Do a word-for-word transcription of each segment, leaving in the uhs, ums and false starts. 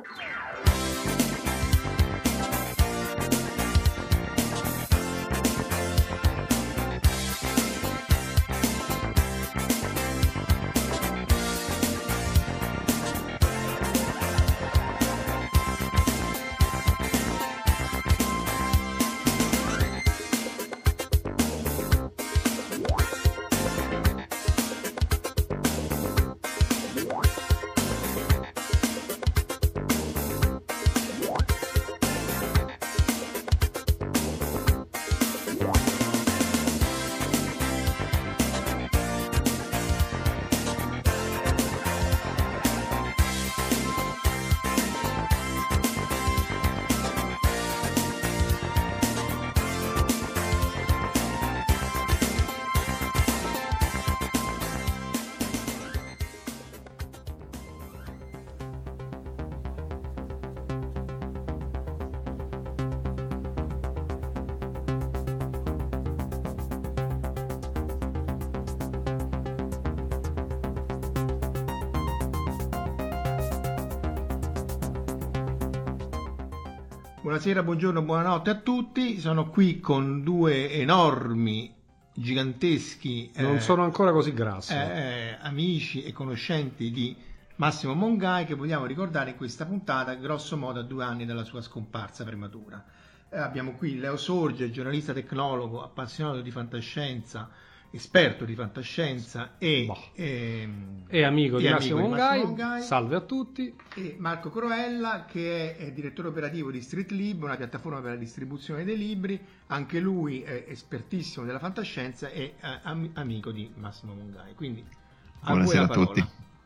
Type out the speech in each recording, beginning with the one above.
Buonasera, buongiorno, buonanotte a tutti. Sono qui con due enormi, giganteschi non eh, sono ancora così grassi eh, amici e conoscenti di Massimo Mongai, che vogliamo ricordare in questa puntata grosso modo a due anni dalla sua scomparsa prematura. Eh, abbiamo qui Leo Sorge, giornalista tecnologo, appassionato di fantascienza, esperto di fantascienza e, boh. e, e amico, e di, Massimo amico Mongai. di Massimo Mongai. Salve a tutti. E Marco Croella, che è, è direttore operativo di Streetlib, una piattaforma per la distribuzione dei libri, anche lui è espertissimo della fantascienza e eh, am- amico di Massimo Mongai. Quindi a buonasera voi la a tutti.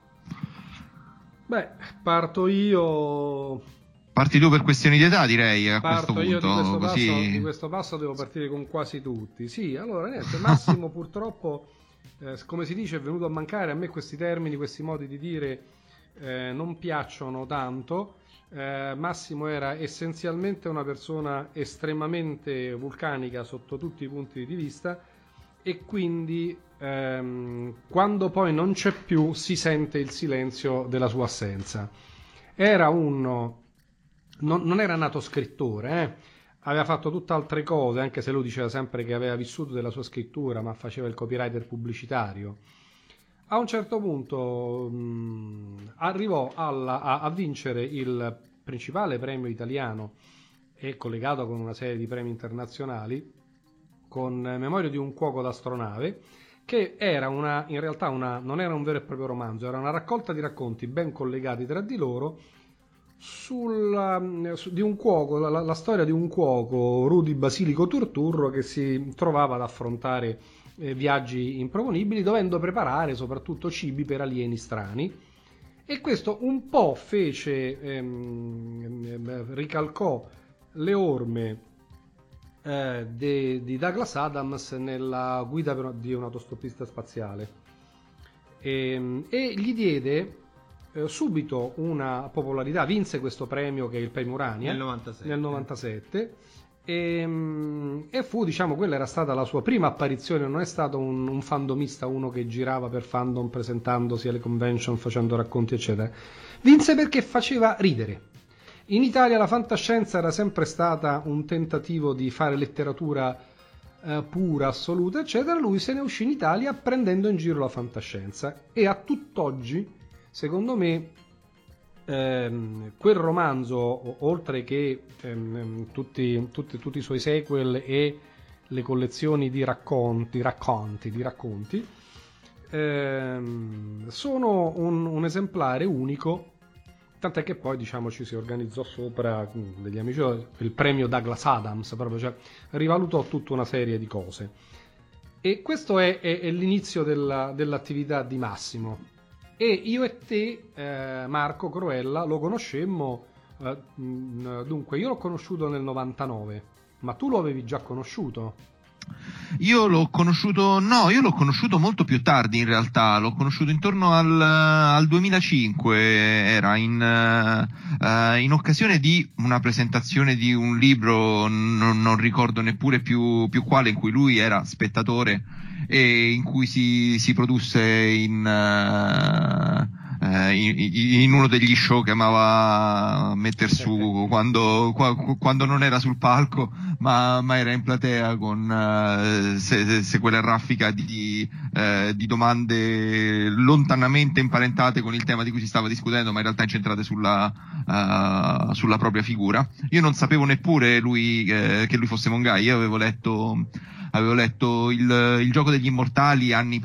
Beh, parto io. Parti tu per questioni di età, direi, a Parto questo io punto. Di questo, così... passo, di questo passo devo partire con quasi tutti. Sì, allora, niente, Massimo purtroppo, eh, come si dice, è venuto a mancare. A me questi termini, questi modi di dire eh, non piacciono tanto. Eh, Massimo era essenzialmente una persona estremamente vulcanica sotto tutti i punti di vista e quindi ehm, quando poi non c'è più si sente il silenzio della sua assenza. Era uno... Non, non era nato scrittore, eh? Aveva fatto tutt'altre cose, anche se lui diceva sempre che aveva vissuto della sua scrittura, ma faceva il copywriter pubblicitario. A un certo punto mh, arrivò alla, a, a vincere il principale premio italiano e collegato con una serie di premi internazionali con Memorie di un cuoco d'astronave, che era una, in realtà una, non era un vero e proprio romanzo, era una raccolta di racconti ben collegati tra di loro Sul, su, di un cuoco, la, la storia di un cuoco, Rudy Basilico Turturro, che si trovava ad affrontare eh, viaggi improponibili, dovendo preparare soprattutto cibi per alieni strani, e questo un po' fece ehm, ricalcò le orme eh, de, di Douglas Adams nella guida per, di un autostoppista spaziale, e, e gli diede subito una popolarità. Vinse questo premio, che è il premio Urania, nel novantasette, nel novantasette e, e fu, diciamo, quella era stata la sua prima apparizione. Non è stato un, un fandomista, uno che girava per fandom presentandosi alle convention, facendo racconti eccetera. Vinse perché faceva ridere. In Italia la fantascienza era sempre stata un tentativo di fare letteratura eh, pura, assoluta eccetera. Lui se ne uscì in Italia prendendo in giro la fantascienza, e a tutt'oggi secondo me ehm, quel romanzo, oltre che ehm, tutti, tutti, tutti i suoi sequel e le collezioni di racconti, racconti, di racconti, ehm, sono un, un esemplare unico, tant'è che poi, diciamo, ci si organizzò sopra degli amici il premio Douglas Adams, proprio, cioè rivalutò tutta una serie di cose. E questo è, è, è l'inizio della, dell'attività di Massimo. E io e te, eh, Marco Croella, lo conoscemmo, eh, dunque io l'ho conosciuto nel novantanove, ma tu lo avevi già conosciuto? Io l'ho conosciuto, no, io l'ho conosciuto molto più tardi in realtà, l'ho conosciuto intorno al, al duemilacinque, era in, uh, in occasione di una presentazione di un libro, non, non ricordo neppure più, più quale, in cui lui era spettatore e in cui si, si produsse in, uh, eh, in, in uno degli show che amava metter su quando, quando non era sul palco, ma, ma era in platea con uh, se, se quella raffica di, uh, di domande lontanamente imparentate con il tema di cui si stava discutendo, ma in realtà incentrate sulla, uh, sulla propria figura. Io non sapevo neppure lui eh, che lui fosse Mongai. Io avevo letto avevo letto il, il gioco degli immortali anni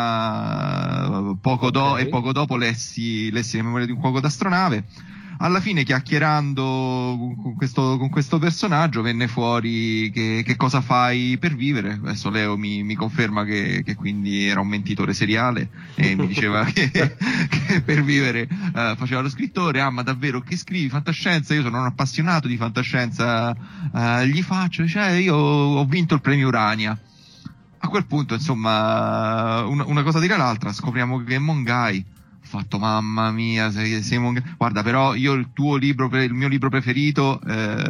prima, poco okay. do, e poco dopo lessi, lessi le memorie di un cuoco d'astronave. Alla fine, chiacchierando con questo, con questo personaggio, venne fuori che, che cosa fai per vivere. Adesso Leo mi, mi conferma che, che quindi era un mentitore seriale e mi diceva che, che per vivere uh, faceva lo scrittore. Ah, ma davvero, che scrivi? Fantascienza? Io sono un appassionato di fantascienza, uh, gli faccio, cioè io ho vinto il premio Urania. A quel punto, insomma, una, una cosa tira l'altra, scopriamo che è Mongai. Fatto, mamma mia, sei, sei Mongai. Guarda, però io il tuo libro, il mio libro preferito,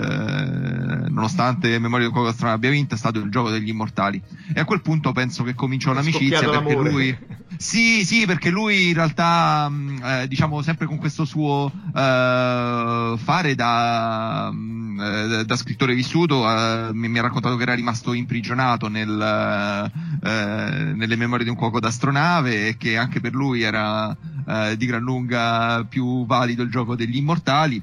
eh, nonostante Memoria del cuoco d'astronave abbia vinto, è stato Il gioco degli immortali. E a quel punto penso che cominciò l'amicizia, perché l'amore. lui sì, sì, perché lui in realtà eh, diciamo sempre con questo suo eh, fare da, eh, da scrittore vissuto, eh, mi, mi ha raccontato che era rimasto imprigionato nel, eh, nelle memorie di un cuoco d'astronave, e che anche per lui era Uh, di gran lunga più valido il gioco degli immortali.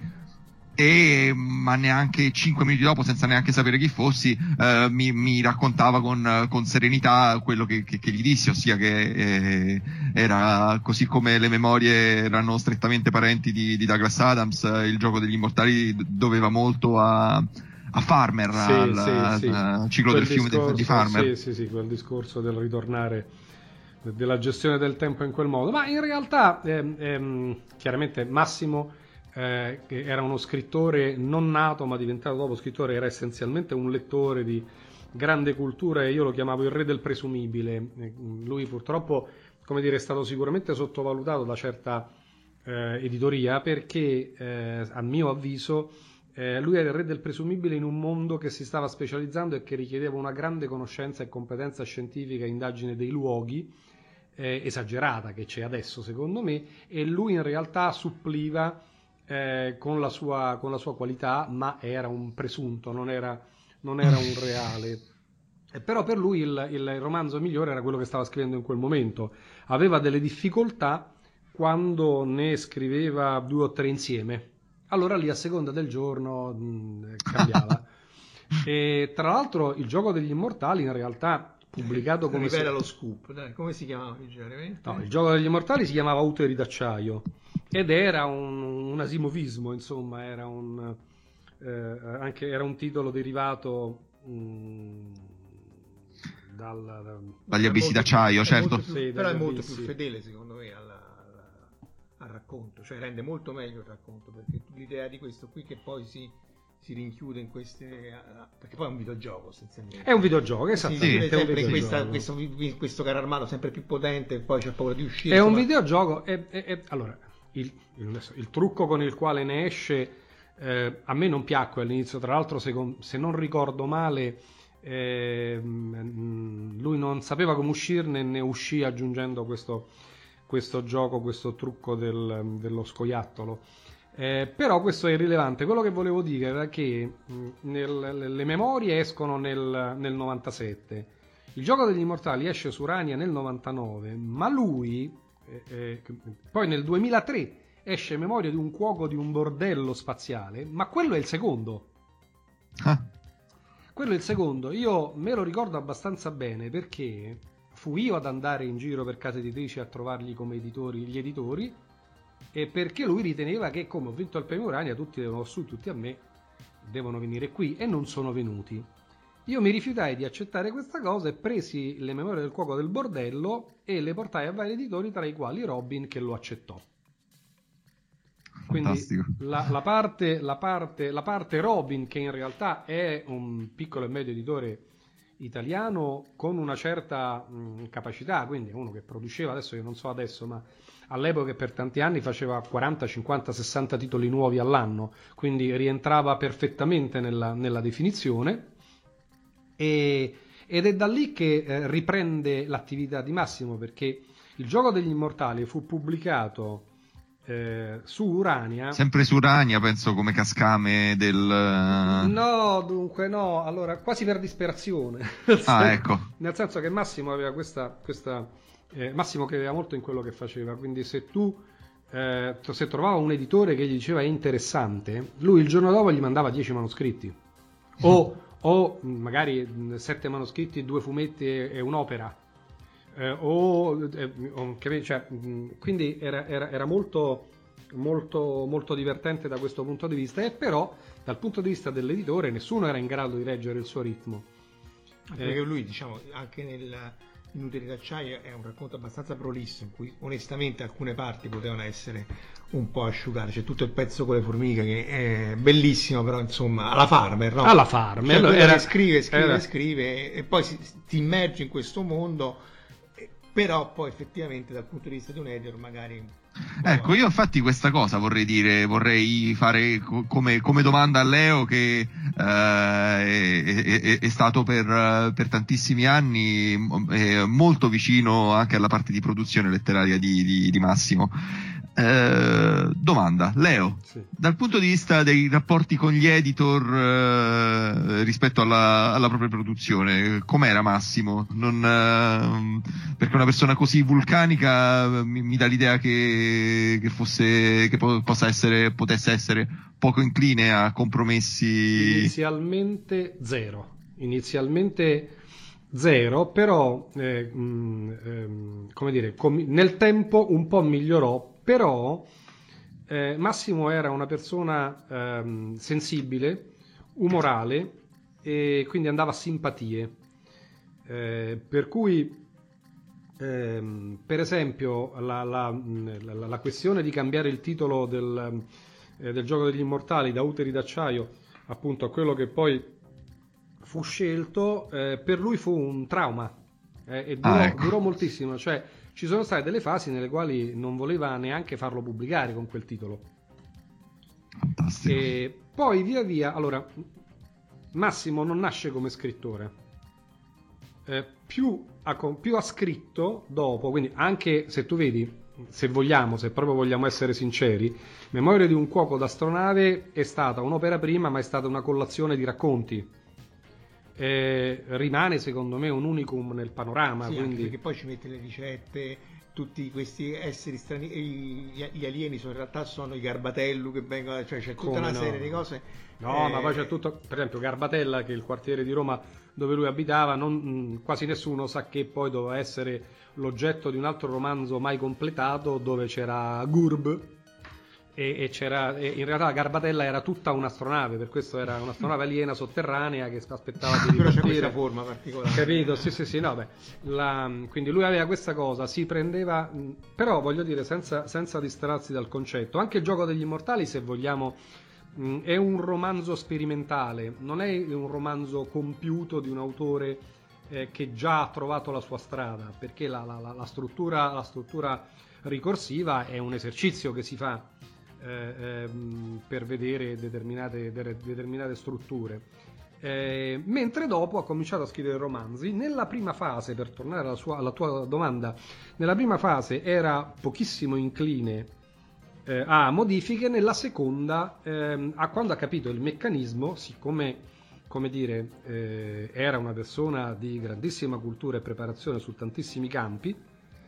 E ma neanche cinque minuti dopo, senza neanche sapere chi fossi, uh, mi, mi raccontava con, con serenità quello che, che, che gli dissi, ossia che eh, era, così come le memorie erano strettamente parenti di, di Douglas Adams, eh, il gioco degli immortali doveva molto a a Farmer, sì, al, sì, al sì. ciclo quel del discorso, film di, di Farmer. Sì, sì, sì, quel discorso del ritornare, della gestione del tempo in quel modo. Ma in realtà ehm, ehm, chiaramente Massimo, eh, che era uno scrittore non nato ma diventato dopo scrittore, era essenzialmente un lettore di grande cultura, e io lo chiamavo il re del presumibile. Lui purtroppo, come dire, è stato sicuramente sottovalutato da certa eh, editoria, perché eh, a mio avviso eh, lui era il re del presumibile in un mondo che si stava specializzando e che richiedeva una grande conoscenza e competenza scientifica e indagine dei luoghi, Eh, esagerata, che c'è adesso secondo me, e lui in realtà suppliva eh, con, la sua, con la sua qualità, ma era un presunto, non era, non era un reale. E però per lui il, il romanzo migliore era quello che stava scrivendo in quel momento. Aveva delle difficoltà quando ne scriveva due o tre insieme, allora lì a seconda del giorno mh, cambiava. E tra l'altro il gioco degli immortali in realtà pubblicato come rivela se... lo scoop, dai, come si chiamava il genere? No, il gioco degli immortali si chiamava Uteri d'acciaio ed era un, un asimovismo, insomma, era un eh, anche era un titolo derivato mh, dal, da, dagli abissi d'acciaio, certo. Più, sì, però è molto abissi. più fedele secondo me alla, alla, al racconto, cioè rende molto meglio il racconto, perché l'idea di questo qui che poi si si rinchiude in queste, perché poi è un videogioco essenzialmente. È un videogioco, esattamente. Sì, sempre in questa, questo, questo carro armato sempre più potente, poi c'è paura di uscire. È insomma. un videogioco. È, è, è, allora, il, il, il trucco con il quale ne esce eh, a me non piacque all'inizio. Tra l'altro, se, se non ricordo male, eh, lui non sapeva come uscirne, ne uscì aggiungendo questo, questo gioco, questo trucco del, dello scoiattolo. Eh, però questo è irrilevante. Quello che volevo dire era che mh, nel, le memorie escono nel, nel novantasette, il gioco degli immortali esce su Urania nel novantanove, ma lui eh, eh, poi nel duemilatré esce Memoria di un cuoco di un bordello spaziale, ma quello è il secondo. Ah. Quello è il secondo. Io me lo ricordo abbastanza bene perché fui io ad andare in giro per case editrici a trovargli come editori gli editori, e perché lui riteneva che, come ho vinto il premio Urania, tutti devono su, tutti a me, devono venire qui, e non sono venuti. Io mi rifiutai di accettare questa cosa e presi le memorie del cuoco del bordello e le portai a vari editori, tra i quali Robin, che lo accettò. Quindi la, la, parte, la, parte, la parte Robin, che in realtà è un piccolo e medio editore italiano con una certa mh, capacità, quindi è uno che produceva, adesso io non so adesso, ma all'epoca per tanti anni faceva quaranta, cinquanta, sessanta titoli nuovi all'anno, quindi rientrava perfettamente nella, nella definizione, e, ed è da lì che eh, riprende l'attività di Massimo, perché il gioco degli immortali fu pubblicato eh, su Urania. Sempre su Urania, penso, come cascame del... No, dunque no, allora quasi per disperazione. Ah, ecco. Nel senso che Massimo aveva questa... questa eh, Massimo credeva molto in quello che faceva, quindi se tu... Eh, se trovava un editore che gli diceva è interessante, lui il giorno dopo gli mandava dieci manoscritti o, o magari sette manoscritti, due fumetti e, e un'opera, eh, o, eh, o cioè, quindi era, era, era molto, molto, molto divertente da questo punto di vista, e però dal punto di vista dell'editore nessuno era in grado di reggere il suo ritmo, perché eh, lui, diciamo, anche nel Inutili d'acciaio è un racconto abbastanza prolisso, in cui onestamente alcune parti potevano essere un po' asciugate. C'è tutto il pezzo con le formiche che è bellissimo, però insomma alla Farmer, no? Alla Farmer, cioè, era, scrive, scrive, era... scrive e poi si, ti immergi in questo mondo, però poi effettivamente dal punto di vista di un editor magari... Ecco, io infatti questa cosa vorrei dire, vorrei fare co- come, come domanda a Leo, che eh, è, è, è stato per, per tantissimi anni eh, molto vicino anche alla parte di produzione letteraria di, di, di Massimo. Eh, domanda, Leo, sì. Dal punto di vista dei rapporti con gli editor eh, rispetto alla, alla propria produzione, com'era Massimo? Non, eh, perché una persona così vulcanica mi, mi dà l'idea che, che fosse che po- possa essere potesse essere poco incline a compromessi. Inizialmente zero, inizialmente zero, però eh, mh, ehm, come dire, com- nel tempo un po' migliorò. Però eh, Massimo era una persona ehm, sensibile, umorale, e quindi andava a simpatie. Eh, per cui, ehm, per esempio, la, la, la, la questione di cambiare il titolo del, eh, del Gioco degli Immortali da Uteri d'acciaio appunto a quello che poi fu scelto, eh, per lui fu un trauma eh, e durò, ah, ecco. durò moltissimo. Cioè, ci sono state delle fasi nelle quali non voleva neanche farlo pubblicare con quel titolo. Fantastico. E poi via via, allora, Massimo non nasce come scrittore, eh, più, ha, più ha scritto dopo, quindi anche se tu vedi, se vogliamo, se proprio vogliamo essere sinceri, Memoria di un cuoco d'astronave è stata un'opera prima, ma è stata una collazione di racconti. Eh, rimane secondo me un unicum nel panorama, sì, quindi... perché poi ci mette le ricette, tutti questi esseri strani, gli, gli alieni sono, in realtà sono i Garbatellu che vengono, cioè c'è tutta Come una no? serie di cose. No, eh... ma poi c'è tutto, per esempio Garbatella, che è il quartiere di Roma dove lui abitava, non, mh, quasi nessuno sa che poi doveva essere l'oggetto di un altro romanzo mai completato, dove c'era Gurb e, e c'era e in realtà Garbatella era tutta un'astronave, per questo era un'astronave aliena sotterranea che aspettava di però ripartire. c'è questa forma particolare, capito? Sì, sì, sì, no, beh, la, quindi lui aveva questa cosa, si prendeva, però voglio dire, senza, senza distrarsi dal concetto, anche il Gioco degli Immortali, se vogliamo, mh, è un romanzo sperimentale, non è un romanzo compiuto di un autore eh, che già ha trovato la sua strada, perché la, la, la, struttura, la struttura ricorsiva è un esercizio che si fa eh, ehm, per vedere determinate, de, determinate strutture. Eh, mentre dopo ha cominciato a scrivere romanzi. Nella prima fase, per tornare alla, sua, alla tua domanda, nella prima fase era pochissimo incline eh, a modifiche, nella seconda, ehm, a quando ha capito il meccanismo, siccome, come dire, eh, era una persona di grandissima cultura e preparazione su tantissimi campi,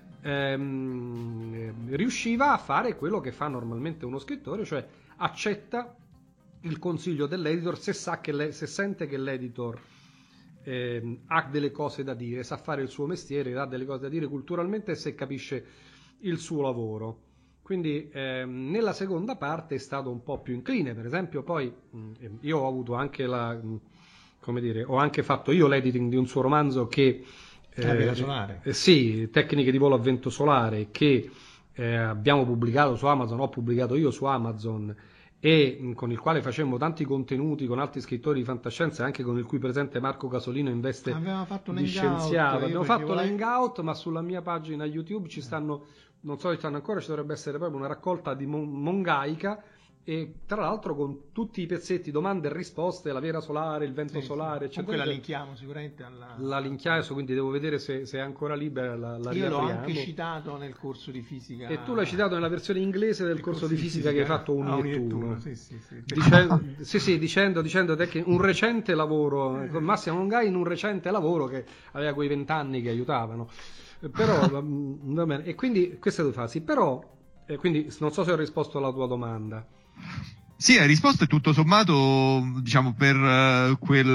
ehm, riusciva a fare quello che fa normalmente uno scrittore, cioè accetta il consiglio dell'editor se sa che le, se sente che l'editor eh, ha delle cose da dire, sa fare il suo mestiere, ha delle cose da dire culturalmente e se capisce il suo lavoro. Quindi ehm, nella seconda parte è stato un po' più incline. Per esempio poi mh, io ho avuto anche la mh, come dire, ho anche fatto io l'editing di un suo romanzo che eh, solare. Eh, sì, Tecniche di volo a vento solare, che eh, abbiamo pubblicato su Amazon, ho pubblicato io su Amazon, e mh, con il quale facemmo tanti contenuti con altri scrittori di fantascienza, anche con il qui presente Marco Casolino in veste fatto di scienziato. Abbiamo fatto la... l'hangout, ma sulla mia pagina YouTube ci stanno, non so se stanno ancora, ci dovrebbe essere proprio una raccolta di mon- mongaica, e tra l'altro con tutti i pezzetti, domande e risposte, la vera solare, il vento Sì, solare, sì. eccetera. Comunque la linkiamo sicuramente alla... La linkiamo, quindi devo vedere se, se è ancora libera, la, la Io l'ho riapriamo. anche citato nel corso di fisica. E tu l'hai citato nella versione inglese del corso, corso di fisica, fisica che hai fatto un ah, Nettuno. Sì, sì, sì. Dicendo, sì, sì, dicendo, dicendo te che un recente lavoro, con Massimo Mongai in un recente lavoro che aveva quei vent'anni che aiutavano. Però, va bene. E quindi queste due fasi, però, eh, quindi non so se ho risposto alla tua domanda. Sì, hai risposto e tutto sommato, diciamo, per uh, quel,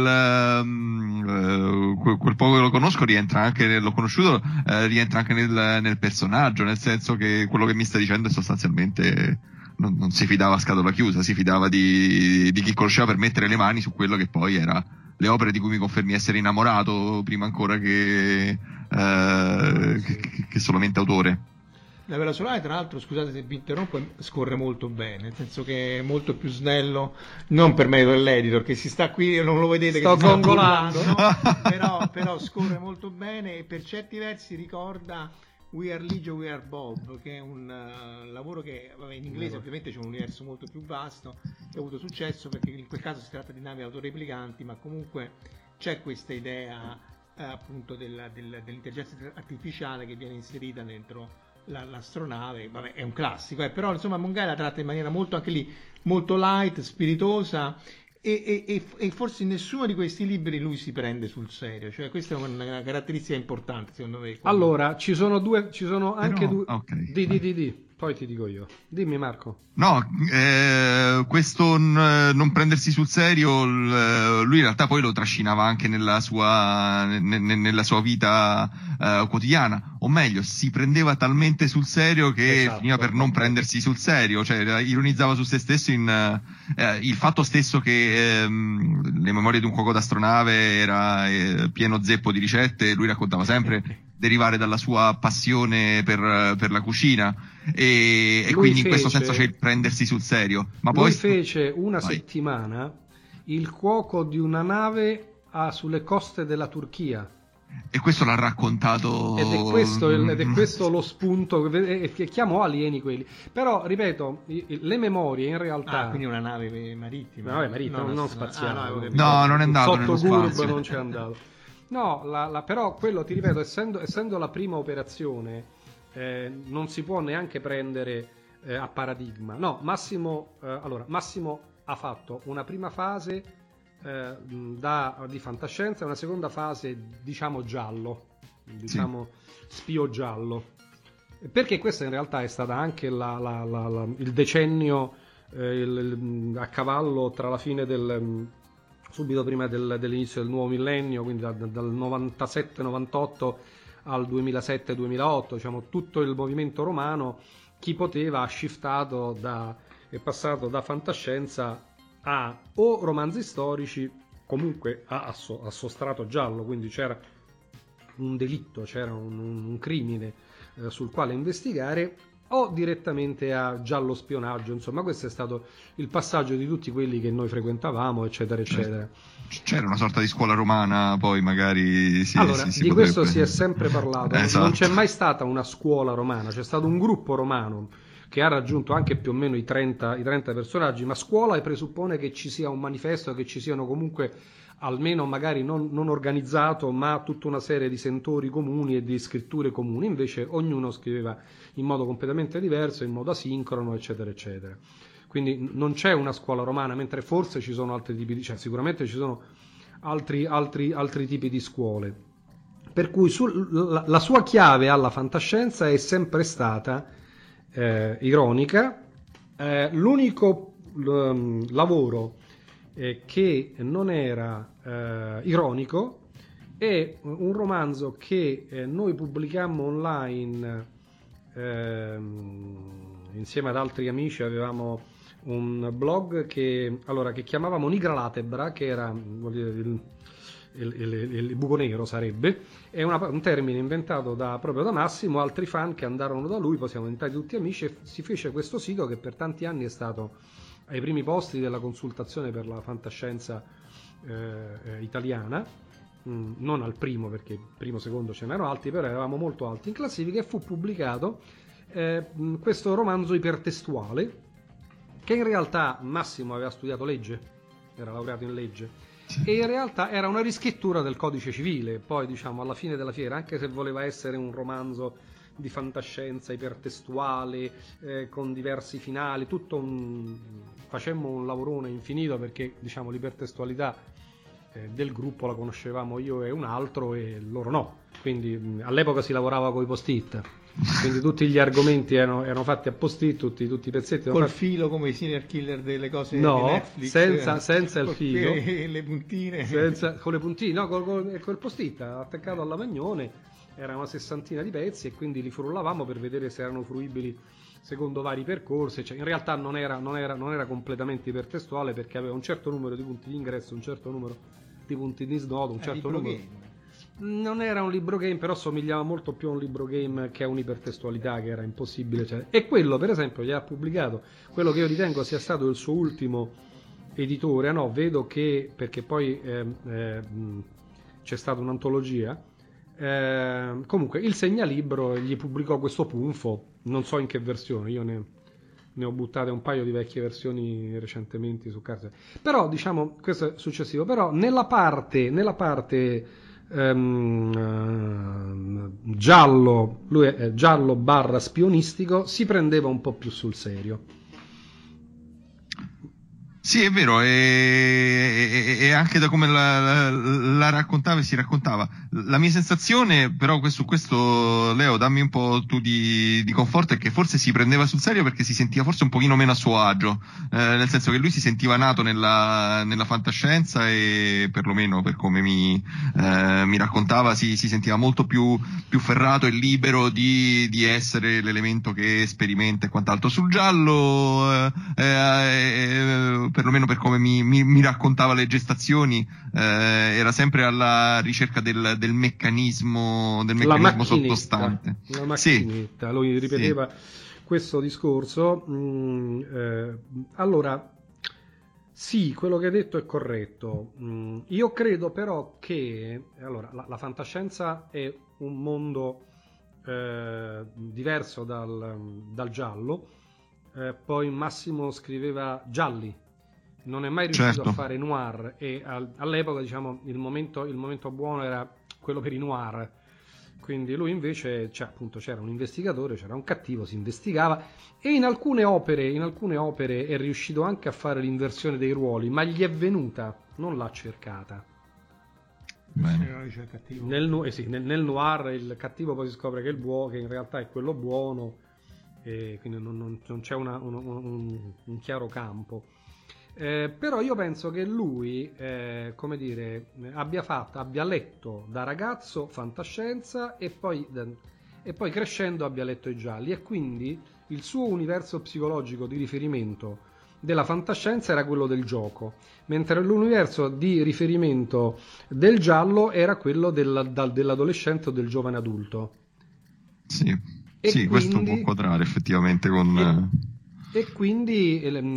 uh, quel, quel poco che lo conosco rientra anche, nel, l'ho conosciuto, uh, rientra anche nel, nel personaggio, nel senso che quello che mi sta dicendo è sostanzialmente non, non si fidava a scatola chiusa, si fidava di, di chi conosceva per mettere le mani su quello che poi era le opere di cui mi confermi essere innamorato prima ancora che, uh, che, che solamente autore. La Vela Solare, tra l'altro, scusate se vi interrompo, scorre molto bene, nel senso che è molto più snello, non per merito dell'editor, che si sta qui, non lo vedete, sto che gongolando, no? però, però scorre molto bene e per certi versi ricorda We Are Ligio, We Are Bob, che è un uh, lavoro che, vabbè, in inglese ovviamente c'è un universo molto più vasto e ha avuto successo perché in quel caso si tratta di navi autoreplicanti, ma comunque c'è questa idea eh, appunto della, della, dell'intelligenza artificiale che viene inserita dentro La, l'astronave. Vabbè, è un classico, eh, però insomma Mongai la tratta in maniera molto, anche lì, molto light, spiritosa e, e, e, e forse in nessuno di questi libri lui si prende sul serio, cioè questa è una caratteristica importante secondo me. Allora, ci sono due, ci sono anche Però, due, okay, di, di, di, di, poi ti dico io, dimmi Marco. No, eh, questo n- non prendersi sul serio, l- lui in realtà poi lo trascinava anche nella sua, ne- ne- nella sua vita eh, quotidiana, o meglio, si prendeva talmente sul serio che Esatto. finiva per non prendersi sul serio, cioè ironizzava su se stesso in eh, il fatto stesso che ehm, le memorie di un cuoco d'astronave era eh, pieno zeppo di ricette, lui raccontava sempre derivare dalla sua passione per, per la cucina e, e quindi fece, in questo senso c'è il prendersi sul serio. Ma lui poi fece una Vai. settimana il cuoco di una nave a, sulle coste della Turchia. E questo l'ha raccontato. Ed è questo, il, ed è questo lo spunto che chiamo alieni quelli. Però, ripeto, le memorie in realtà. Ah, quindi una nave marittima. No, vabbè, marittima, non, non spaziale. Ah, no, no, non è andato nello Sottogurb spazio. non c'è andato. No, la, la, però quello, ti ripeto, essendo, essendo la prima operazione, eh, non si può neanche prendere eh, a paradigma. No, Massimo, eh, allora, Massimo ha fatto una prima fase eh, da, di fantascienza e una seconda fase, diciamo, giallo, diciamo sì. spio giallo. Perché questa in realtà è stata anche la, la, la, la, il decennio eh, il, il, a cavallo tra la fine del... subito prima del, dell'inizio del nuovo millennio, quindi da, dal novantasette novantotto al duemilasette duemilaotto, diciamo tutto il movimento romano, chi poteva ha shiftato da, è passato da fantascienza a o romanzi storici, comunque a, a, so, a sostrato giallo, quindi c'era un delitto, c'era un, un, un crimine eh, sul quale investigare, o direttamente a giallo spionaggio. Insomma, questo è stato il passaggio di tutti quelli che noi frequentavamo, eccetera eccetera. C'era una sorta di scuola romana, poi magari si, allora, si, si di potrebbe... questo si è sempre parlato. Esatto. Non c'è mai stata una scuola romana, c'è stato un gruppo romano che ha raggiunto anche più o meno i trenta, i trenta personaggi, ma scuola presuppone che ci sia un manifesto, che ci siano comunque almeno magari non, non organizzato, ma tutta una serie di sentori comuni e di scritture comuni. Invece ognuno scriveva in modo completamente diverso, in modo asincrono, eccetera eccetera. Quindi non c'è una scuola romana, mentre forse ci sono altri tipi di, cioè sicuramente ci sono altri, altri, altri tipi di scuole. Per cui sul, la, la sua chiave alla fantascienza è sempre stata eh, ironica. Eh, l'unico l, lavoro eh, che non era eh, ironico è un romanzo che eh, noi pubblicammo online eh, insieme ad altri amici. Avevamo un blog che, allora, che chiamavamo Nigra Latebra, che era vuol dire, il, il, il, il buco nero sarebbe, è una, un termine inventato da, proprio da Massimo, altri fan che andarono da lui, poi siamo diventati tutti amici e si fece questo sito che per tanti anni è stato ai primi posti della consultazione per la fantascienza eh, italiana, mm, non al primo perché primo secondo ce n'erano altri, però eravamo molto alti in classifica, e fu pubblicato eh, questo romanzo ipertestuale che in realtà Massimo aveva studiato legge, era laureato in legge, e in realtà era una riscrittura del codice civile, poi diciamo alla fine della fiera, anche se voleva essere un romanzo di fantascienza ipertestuale, eh, con diversi finali, tutto un... facemmo un lavorone infinito, perché diciamo l'ipertestualità eh, del gruppo la conoscevamo io e un altro e loro no, quindi mh, all'epoca si lavorava con i post-it, quindi tutti gli argomenti erano, erano fatti a post-it, tutti, tutti i pezzetti col fatti... filo come i serial killer delle cose no, di Netflix, senza, senza il filo, e le puntine, senza, con le puntine, no, col, col, col post-it attaccato alla magnone. Era una sessantina di pezzi e quindi li frullavamo per vedere se erano fruibili secondo vari percorsi, cioè, in realtà non era, non, era, non era completamente ipertestuale, perché aveva un certo numero di punti di ingresso, un certo numero di punti di snodo, un eh, certo numero game. Non era un libro game, però somigliava molto più a un libro game che a un'ipertestualità che era impossibile, cioè. E quello per esempio gli ha pubblicato quello che io ritengo sia stato il suo ultimo editore. No, vedo che, perché poi eh, eh, c'è stata un'antologia. Eh, comunque il segnalibro gli pubblicò questo punfo, non so in che versione, io ne, ne ho buttate un paio di vecchie versioni recentemente su carta, però diciamo questo è successivo. Però nella parte nella parte ehm, giallo, lui è giallo barra spionistico, si prendeva un po' più sul serio. Sì, è vero, e, e, e anche da come la, la, la raccontava e si raccontava. La mia sensazione, però, su questo, Leo, dammi un po' tu di, di conforto, è che forse si prendeva sul serio perché si sentiva forse un pochino meno a suo agio, eh, nel senso che lui si sentiva nato nella, nella fantascienza e, perlomeno per come mi, eh, mi raccontava, si, si sentiva molto più, più ferrato e libero di, di essere l'elemento che sperimenta e quant'altro. Sul giallo, eh, eh, perlomeno per come mi, mi, mi raccontava le gestazioni, eh, era sempre alla ricerca del, del meccanismo, del meccanismo sottostante. La macchinetta, sì. Lui ripeteva sì. questo discorso. Mm, eh, allora, sì, quello che hai detto è corretto. Mm, io credo però che allora, la, la fantascienza è un mondo eh, diverso dal, dal giallo. Eh, poi Massimo scriveva gialli, non è mai riuscito certo. a fare noir, e al, all'epoca diciamo il momento, il momento buono era quello per i noir, quindi lui invece cioè, appunto c'era un investigatore, c'era un cattivo, si investigava, e in alcune opere in alcune opere è riuscito anche a fare l'inversione dei ruoli, ma gli è venuta, non l'ha cercata. Nel, eh sì, nel, nel noir il cattivo poi si scopre che, il buono, che in realtà è quello buono, e quindi non, non, non c'è una, un, un, un chiaro campo. Eh, però io penso che lui eh, come dire abbia fatto abbia letto da ragazzo fantascienza e poi, e poi crescendo abbia letto i gialli, e quindi il suo universo psicologico di riferimento della fantascienza era quello del gioco, mentre l'universo di riferimento del giallo era quello del, dell'adolescente o del giovane adulto. Sì, e sì, quindi, questo può quadrare effettivamente con... E, e quindi...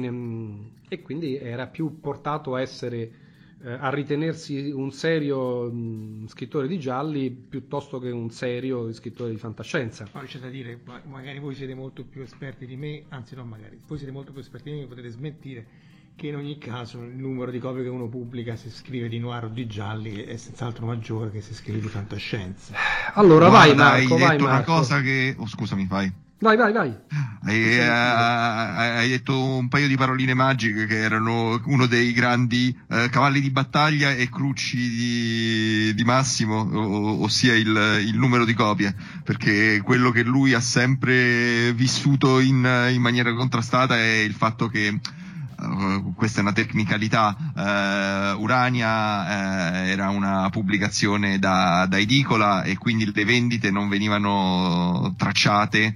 e quindi era più portato a essere eh, a ritenersi un serio mh, scrittore di gialli piuttosto che un serio scrittore di fantascienza. Poi c'è da dire, magari voi siete molto più esperti di me, anzi no magari, voi siete molto più esperti di me, potete smentire che in ogni caso il numero di copie che uno pubblica se scrive di noir o di gialli è senz'altro maggiore che se scrive di fantascienza. Allora Guarda, vai Marco, hai vai detto Marco. una cosa che... Oh, scusami, vai. Vai, vai, vai. Hai, eh, hai detto un paio di paroline magiche che erano uno dei grandi eh, cavalli di battaglia e cruci di, di Massimo, o, ossia il, il numero di copie, perché quello che lui ha sempre vissuto in, in maniera contrastata è il fatto che Uh, questa è una tecnicalità, uh, Urania uh, era una pubblicazione da, da edicola e quindi le vendite non venivano tracciate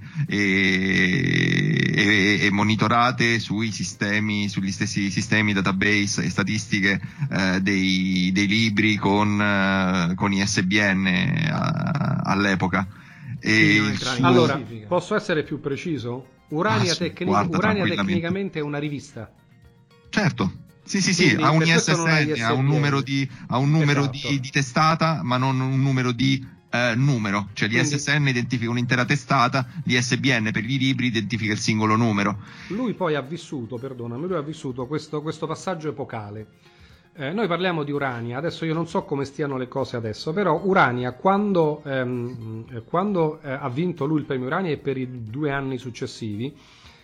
e, e, e monitorate sui sistemi, sugli stessi sistemi database e statistiche uh, dei, dei libri con, uh, con I S B N uh, all'epoca. E suo... Allora, posso essere più preciso? Urania, ah, tecnic- guarda, Urania tecnicamente è una rivista. Certo, sì sì sì, quindi, ha un I S S N, ha un numero di, ha un numero esatto. di, di testata, ma non un numero di eh, numero, cioè l'I S S N identifica un'intera testata, l'I S B N per i libri identifica il singolo numero. Lui poi ha vissuto, perdonami, lui ha vissuto questo, questo passaggio epocale. Eh, noi parliamo di Urania, adesso io non so come stiano le cose adesso, però Urania quando, ehm, quando eh, ha vinto lui il premio Urania e per i due anni successivi,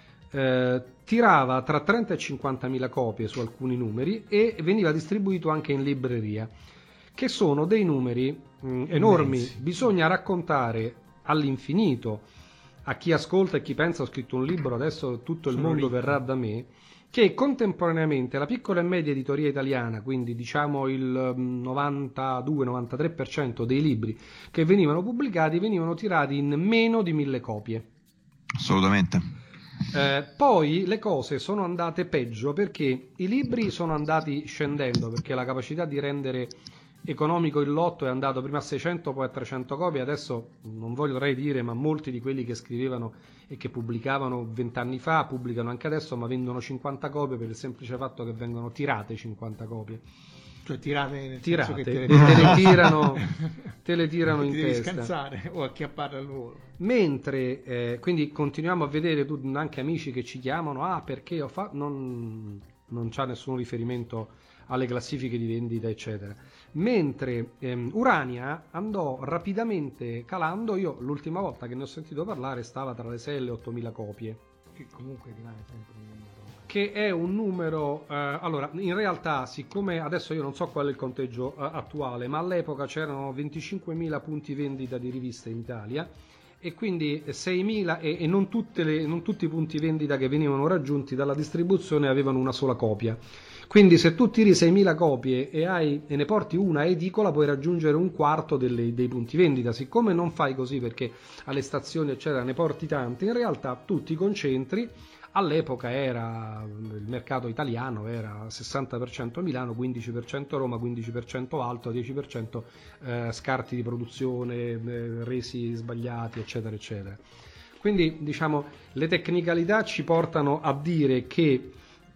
eh, tirava tra trenta e cinquantamila copie su alcuni numeri e veniva distribuito anche in libreria, che sono dei numeri mh, enormi. Immensi. Bisogna raccontare all'infinito a chi ascolta e chi pensa ho scritto un libro, adesso tutto il sono mondo ricco. Verrà da me, che contemporaneamente la piccola e media editoria italiana, quindi diciamo il novantadue novantatré per cento dei libri che venivano pubblicati venivano tirati in meno di mille copie. Assolutamente. Eh, poi le cose sono andate peggio perché i libri sono andati scendendo, perché la capacità di rendere economico il lotto è andato prima a seicento poi a trecento copie. Adesso non vorrei dire, ma molti di quelli che scrivevano e che pubblicavano vent'anni fa pubblicano anche adesso, ma vendono cinquanta copie per il semplice fatto che vengono tirate cinquanta copie. Cioè tirate nel tirate, senso che te le, te le tirano, te le tirano in ti devi testa. scansare o acchiappare al volo. Mentre eh, quindi continuiamo a vedere tu, anche amici che ci chiamano, ah perché ho fatto, non, non c'ha nessun riferimento alle classifiche di vendita eccetera. Mentre ehm, Urania andò rapidamente calando, io l'ultima volta che ne ho sentito parlare stava tra le sei e le ottomila copie, che comunque rimane sempre un numero, che è un numero eh, allora in realtà, siccome adesso io non so qual è il conteggio eh, attuale, ma all'epoca c'erano venticinquemila punti vendita di riviste in Italia e quindi seimila e, e non, tutte le, non tutti i punti vendita che venivano raggiunti dalla distribuzione avevano una sola copia. Quindi se tu tiri seimila copie e, hai, e ne porti una edicola puoi raggiungere un quarto delle, dei punti vendita. Siccome non fai così perché alle stazioni eccetera ne porti tanti, in realtà tu ti concentri. All'epoca era il mercato italiano era sessanta per cento Milano, quindici per cento Roma, quindici per cento Alto, dieci per cento eh, scarti di produzione, eh, resi sbagliati eccetera eccetera. Quindi diciamo le tecnicalità ci portano a dire che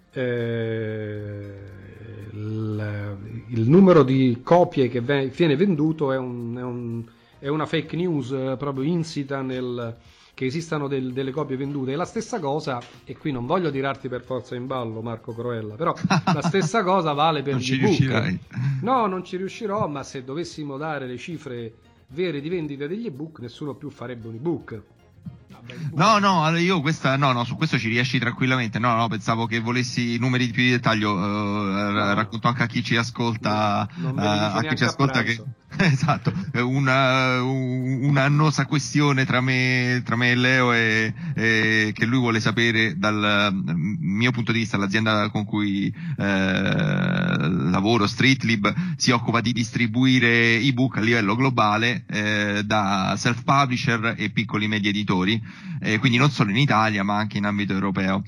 Eh, il, il numero di copie che viene venduto è, un, è, un, è una fake news eh, proprio insita nel che esistano del, delle copie vendute. È la stessa cosa, e qui non voglio tirarti per forza in ballo Marco Croella, però la stessa cosa vale per non gli ebook. No, non ci riuscirò, ma se dovessimo dare le cifre vere di vendita degli ebook nessuno più farebbe un ebook. No, no, io questa, no, no, su questo ci riesci tranquillamente. No, no, pensavo che volessi numeri di più di dettaglio. Uh, no, racconto anche a chi ci ascolta, non, non uh, a chi ci ascolta che esatto, una, un'annosa questione tra me, tra me e Leo e, e che lui vuole sapere dal mio punto di vista. L'azienda con cui eh, lavoro, Streetlib, si occupa di distribuire ebook a livello globale eh, da self-publisher e piccoli media editori, eh, quindi non solo in Italia ma anche in ambito europeo.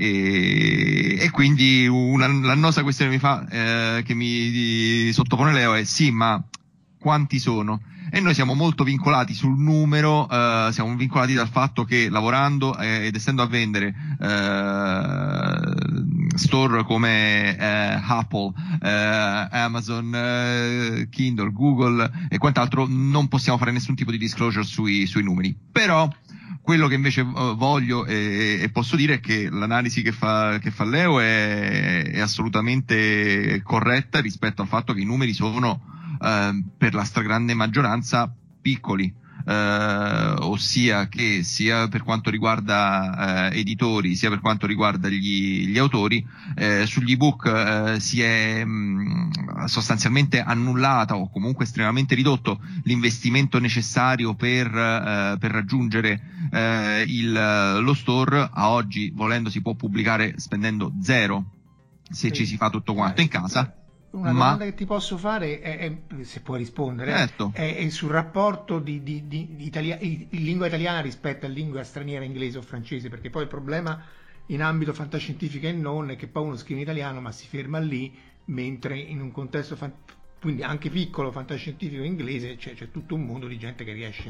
E, e quindi una, l'annosa questione mi fa, eh, che mi sottopone Leo è sì, ma quanti sono? E noi siamo molto vincolati sul numero, eh, siamo vincolati dal fatto che lavorando eh, ed essendo a vendere eh, store come eh, Apple, eh, Amazon, eh, Kindle, Google e quant'altro, non possiamo fare nessun tipo di disclosure sui, sui numeri. Però quello che invece uh, voglio e, e posso dire è che l'analisi che fa, che fa Leo è, è assolutamente corretta rispetto al fatto che i numeri sono Uh, per la stragrande maggioranza piccoli, uh, ossia che sia per quanto riguarda uh, editori sia per quanto riguarda gli, gli autori, uh, sugli ebook uh, si è mh, sostanzialmente annullata o comunque estremamente ridotto l'investimento necessario per, uh, per raggiungere uh, il, lo store. A oggi, volendo, si può pubblicare spendendo zero se sì. ci si fa tutto quanto in casa. Una Ma... domanda che ti posso fare, è, è, se puoi rispondere, certo. è, è sul rapporto di, di, di, di italia, di lingua italiana rispetto a lingua straniera, inglese o francese, perché poi il problema in ambito fantascientifica e non è che poi uno scrive in italiano ma si ferma lì, mentre in un contesto fan, quindi anche piccolo fantascientifico inglese c'è, c'è tutto un mondo di gente che riesce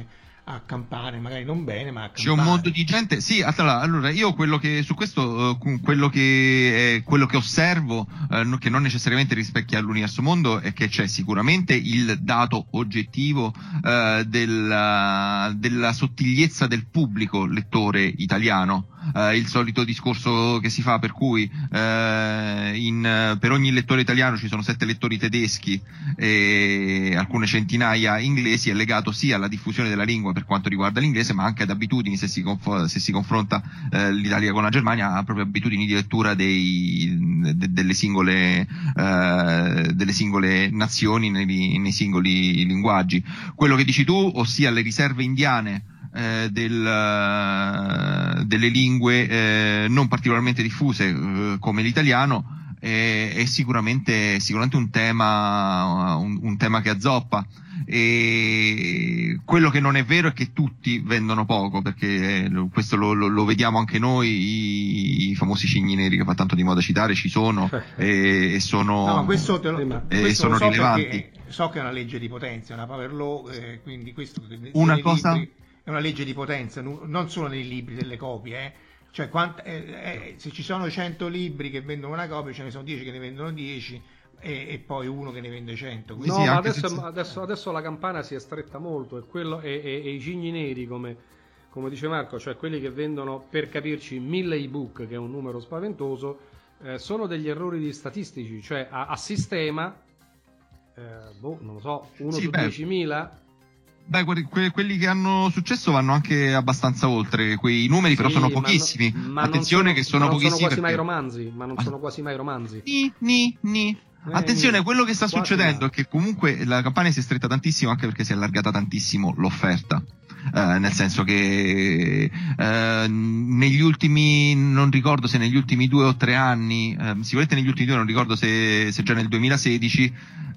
a campare, magari non bene, ma a campare. C'è un mondo di gente, sì, allora io quello che su questo uh, quello che eh, quello che osservo uh, che non necessariamente rispecchia l'universo mondo è che c'è sicuramente il dato oggettivo uh, della, della sottigliezza del pubblico lettore italiano. Uh, il solito discorso che si fa per cui uh, in, per ogni lettore italiano ci sono sette lettori tedeschi e alcune centinaia inglesi è legato sia alla diffusione della lingua per quanto riguarda l'inglese, ma anche ad abitudini, se si, conf- se si confronta uh, l'Italia con la Germania, ha proprio abitudini di lettura dei, de- delle, singole, uh, delle singole nazioni nei, nei singoli linguaggi. Quello che dici tu, ossia le riserve indiane Eh, del, uh, delle lingue eh, non particolarmente diffuse uh, come l'italiano è, è sicuramente, sicuramente un tema un, un tema che azzoppa, e quello che non è vero è che tutti vendono poco, perché eh, questo lo, lo, lo vediamo anche noi, i, i famosi cigni neri che fa tanto di moda citare ci sono e, e sono, no, ma questo te lo, e questo sono lo so rilevanti. So che è una legge di potenza, una power law, eh, quindi questo una cosa libri, è una legge di potenza, non solo nei libri delle copie, eh. Cioè quant, eh, eh, se ci sono cento libri che vendono una copia, ce ne sono dieci che ne vendono dieci e, e poi uno che ne vende cento. No, sì, ma adesso, senza... adesso, adesso la campana si è stretta molto, e, quello, e, e, e i cigni neri, come, come dice Marco, cioè quelli che vendono, per capirci, mille ebook, che è un numero spaventoso, eh, sono degli errori di statistici, cioè a, a sistema, eh, boh, non lo so, uno sì, su diecimila. Beh, que- quelli che hanno successo vanno anche abbastanza oltre quei numeri, sì, però sono pochissimi. Ma no, ma attenzione sono, che sono non pochissimi. sono quasi perché... mai romanzi, ma non sono quasi mai romanzi. Ni, ni, ni. Eh, attenzione, ni. quello che sta Quasi succedendo no. è che comunque la campagna si è stretta tantissimo, anche perché si è allargata tantissimo l'offerta. Uh, nel senso che uh, negli ultimi, non ricordo se negli ultimi due o tre anni, uh, sicuramente negli ultimi due, non ricordo se, se già nel duemilasedici,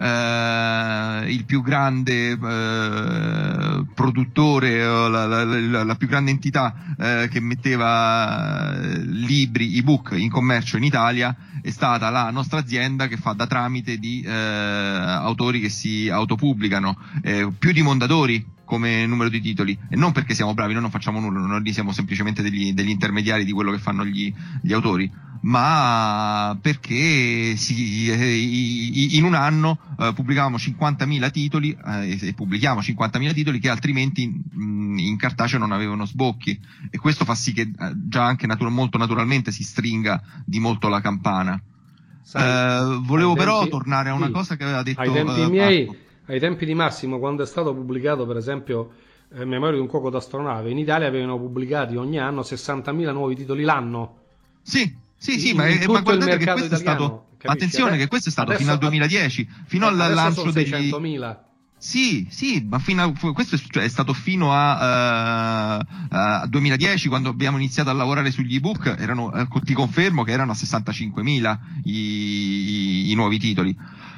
uh, il più grande uh, produttore, o la, la, la, la più grande entità uh, che metteva libri, ebook in commercio in Italia è stata la nostra azienda, che fa da tramite di uh, autori che si autopubblicano, eh, più di Mondadori come numero di titoli, e non perché siamo bravi, noi non facciamo nulla, noi siamo semplicemente degli, degli intermediari di quello che fanno gli, gli autori, ma perché si, eh, in un anno eh, pubblicavamo cinquantamila titoli eh, e pubblichiamo cinquantamila titoli che altrimenti mh, in cartaceo non avevano sbocchi, e questo fa sì che eh, già anche natura- molto naturalmente si stringa di molto la campana. Sai, eh, volevo però tempi, tornare a una sì, cosa che aveva detto ai tempi eh, miei Marco. Ai tempi di Massimo, quando è stato pubblicato per esempio eh, Memoria di un cuoco d'astronave, in Italia avevano pubblicati ogni anno sessantamila nuovi titoli l'anno. Sì, sì, in, sì, ma, in ma guardate che questo italiano, è stato, capisci? attenzione adesso, che questo è stato adesso, fino al duemiladieci, fino eh, al lancio sono degli seicentomila. Sì, sì, ma fino a, questo è, cioè, è stato fino a, uh, a duemiladieci, quando abbiamo iniziato a lavorare sugli ebook, erano, eh, ti confermo che erano a sessantacinquemila i, i, i nuovi titoli.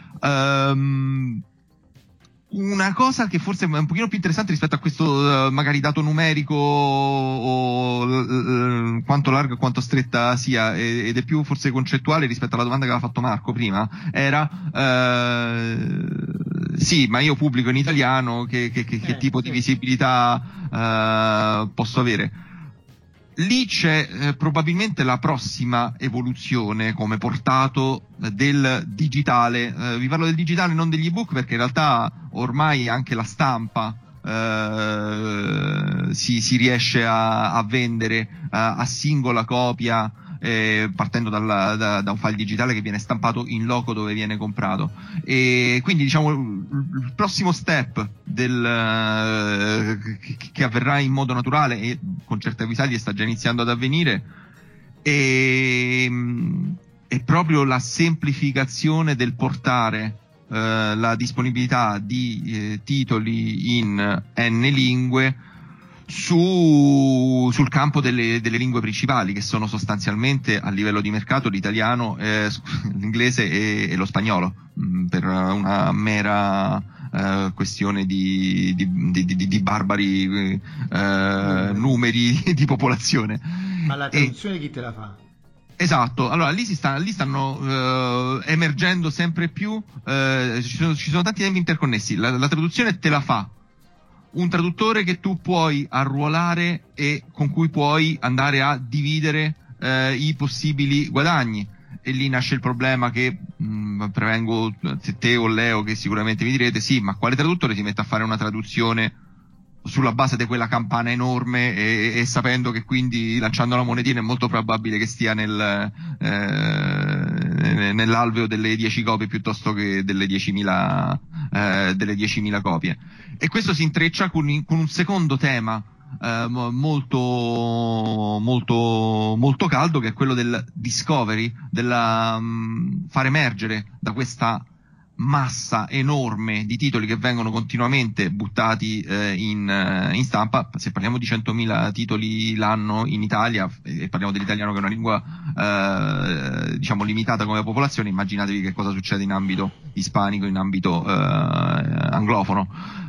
Um, Una cosa che forse è un pochino più interessante rispetto a questo uh, magari dato numerico o uh, uh, quanto larga e quanto stretta sia, ed è più forse concettuale rispetto alla domanda che aveva fatto Marco prima, era uh, sì, ma io pubblico in italiano, che, che, che, che eh, tipo sì. di visibilità uh, posso avere? Lì c'è eh, probabilmente la prossima evoluzione come portato del digitale. Eh, vi parlo del digitale, non degli ebook, perché in realtà ormai anche la stampa eh, si, si riesce a, a vendere a, a singola copia, eh, partendo dalla, da, da un file digitale che viene stampato in loco dove viene comprato. E quindi diciamo il prossimo step del, che, che avverrà in modo naturale e con certe avvisaglie sta già iniziando ad avvenire è, è proprio la semplificazione del portare eh, la disponibilità di eh, titoli in n lingue Su, sul campo delle, delle lingue principali, che sono sostanzialmente a livello di mercato l'italiano, eh, l'inglese e, e lo spagnolo, mh, per una mera eh, questione di, di, di, di, di barbari eh, numeri di popolazione. Ma la traduzione e, chi te la fa? Esatto, allora lì, si sta, lì stanno uh, emergendo sempre più, uh, ci, sono, ci sono tanti tempi interconnessi, la, la traduzione te la fa un traduttore che tu puoi arruolare e con cui puoi andare a dividere eh, i possibili guadagni. E lì nasce il problema che mh, prevengo te o Leo, che sicuramente mi direte sì, ma quale traduttore si mette a fare una traduzione sulla base di quella campana enorme e, e sapendo che quindi lanciando la monetina è molto probabile che stia nel, eh, nell'alveo delle dieci copie piuttosto che delle diecimila, eh, delle diecimila copie. E questo si intreccia con, con un secondo tema eh, molto, molto, molto caldo, che è quello del discovery, della um, far emergere da questa massa enorme di titoli che vengono continuamente buttati eh, in, eh, in stampa. Se parliamo di centomila titoli l'anno in Italia, e parliamo dell'italiano che è una lingua eh, diciamo limitata come popolazione, immaginatevi che cosa succede in ambito ispanico, in ambito eh, anglofono.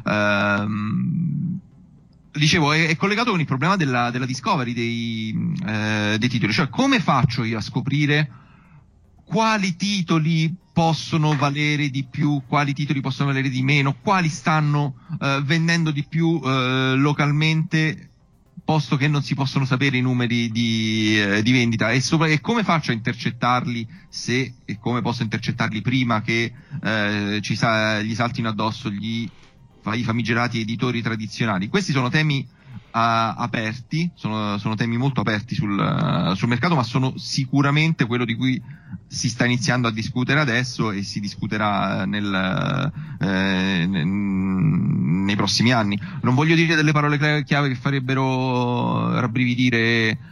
Ehm, dicevo, è, è collegato con il problema della, della discovery dei, eh, dei titoli, cioè come faccio io a scoprire quali titoli possono valere di più, quali titoli possono valere di meno, quali stanno eh, vendendo di più eh, localmente, posto che non si possono sapere i numeri di, eh, di vendita, e, sopra, e come faccio a intercettarli, se e come posso intercettarli prima che eh, ci sa, gli saltino addosso gli, i famigerati editori tradizionali. Questi sono temi uh, aperti, sono, sono temi molto aperti sul, uh, sul mercato, ma sono sicuramente quello di cui si sta iniziando a discutere adesso e si discuterà nel, eh, nei prossimi anni. Non voglio dire delle parole chiave che farebbero rabbrividire, eh,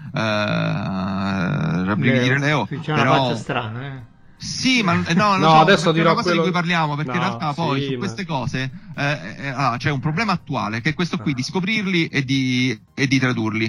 rabbrividire Leo, Leo c'è però... una faccia strana, eh. Sì, ma no, lo no, so, adesso dirò è una cosa quello... di cui parliamo, perché no, in realtà poi sì, su ma... queste cose eh, eh, ah, c'è un problema attuale, che è questo qui, ah. di scoprirli e di, e di tradurli.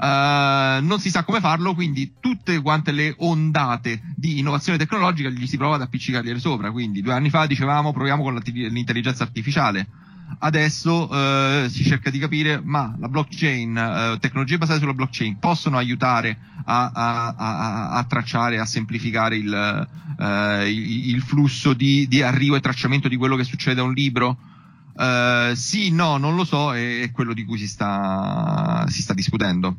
Uh, non si sa come farlo, quindi tutte quante le ondate di innovazione tecnologica gli si prova ad appiccicargliele sopra. Quindi due anni fa dicevamo proviamo con l'intelligenza artificiale. Adesso eh, si cerca di capire, ma la blockchain, eh, tecnologie basate sulla blockchain possono aiutare a, a, a, a tracciare, a semplificare il, eh, il, il flusso di, di arrivo e tracciamento di quello che succede a un libro? Eh, sì, no, non lo so, è, è quello di cui si sta, si sta discutendo.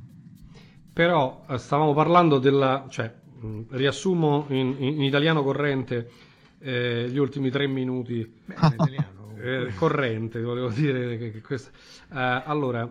Però eh, stavamo parlando della, cioè, mh, riassumo in, in, in italiano corrente eh, gli ultimi tre minuti. Beh, in italiano. Eh, corrente, volevo dire che, che questo. Eh, allora,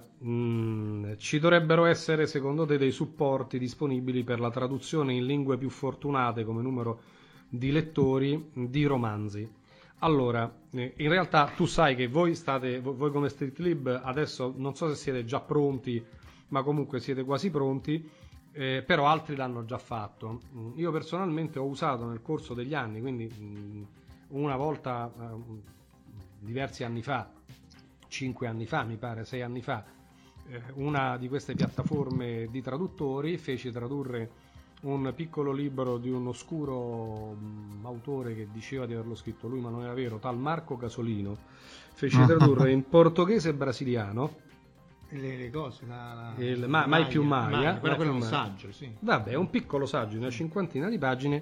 mh, ci dovrebbero essere secondo te dei supporti disponibili per la traduzione in lingue più fortunate come numero di lettori di romanzi? Allora, eh, in realtà tu sai che voi state, voi come Street Lib adesso non so se siete già pronti, ma comunque siete quasi pronti, eh, però altri l'hanno già fatto. Io personalmente ho usato nel corso degli anni, quindi mh, una volta... Eh, diversi anni fa, cinque anni fa mi pare, sei anni fa, eh, una di queste piattaforme di traduttori fece tradurre un piccolo libro di un oscuro mh, autore che diceva di averlo scritto lui ma non era vero, tal Marco Casolino, fece tradurre in portoghese e brasiliano le, le cose la, la, il, la ma, mai più Maia, quello è un Maia. saggio, sì. Vabbè, un piccolo saggio, una cinquantina di pagine.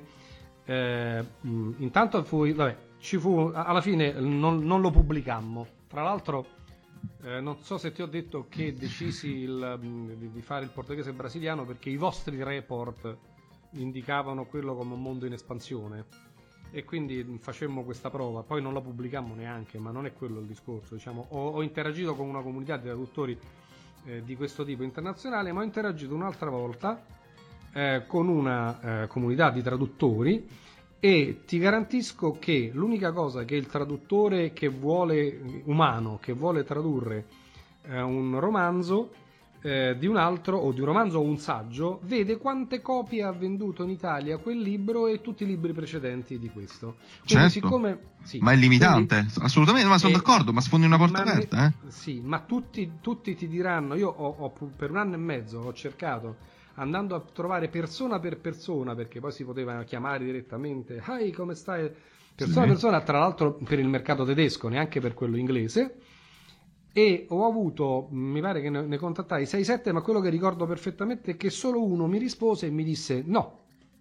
Eh, mh, intanto fu, vabbè, ci fu alla fine non, non lo pubblicammo. Tra l'altro, eh, non so se ti ho detto che decisi il, di, di fare il portoghese brasiliano perché i vostri report indicavano quello come un mondo in espansione e quindi facemmo questa prova. Poi non la pubblicammo neanche, ma non è quello il discorso. Diciamo, ho, ho interagito con una comunità di traduttori eh, di questo tipo internazionale, ma ho interagito un'altra volta eh, con una eh, comunità di traduttori. E ti garantisco che l'unica cosa che il traduttore che vuole, umano, che vuole tradurre eh, un romanzo eh, di un altro, o di un romanzo o un saggio, vede quante copie ha venduto in Italia quel libro e tutti i libri precedenti di questo. Quindi, certo, siccome, sì, ma è limitante, quindi, assolutamente, ma sono eh, d'accordo, ma sfondi una porta ma aperta. ne, Eh? Sì, ma tutti, tutti ti diranno, io ho, ho, per un anno e mezzo ho cercato, andando a trovare persona per persona, perché poi si poteva chiamare direttamente, hi, come stai? Persona sì. per persona, tra l'altro per il mercato tedesco, neanche per quello inglese, e ho avuto, mi pare che ne, ne contattai sei sette, ma quello che ricordo perfettamente è che solo uno mi rispose e mi disse no.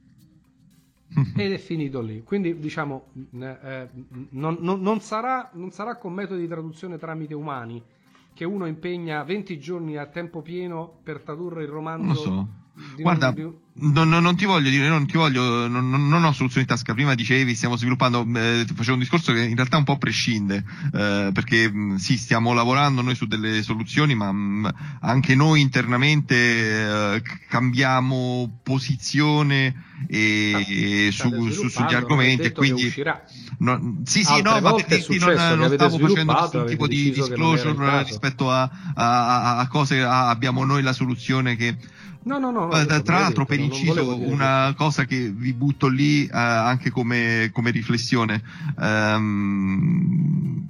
Ed è finito lì. Quindi diciamo eh, non, non, non, sarà, non sarà con metodi di traduzione tramite umani che uno impegna venti giorni a tempo pieno per tradurre il romanzo. Non lo so. Di Guarda, un, di... non, non, non ti voglio dire, non ti voglio, non, non ho soluzioni in tasca. Prima dicevi, stiamo sviluppando, eh, facevo un discorso che in realtà un po' prescinde, eh, perché mh, sì, stiamo lavorando noi su delle soluzioni, ma mh, anche noi internamente eh, cambiamo posizione e, e su, su, sugli argomenti, e quindi no, sì, sì, Altre no, ma per dirti, non, non stavo facendo nessun tipo di disclosure rispetto a, a, a cose, a, abbiamo noi la soluzione che No, no, no, no, tra, tra l'altro, detto, per inciso, una cosa che vi butto lì uh, anche come, come riflessione. Um,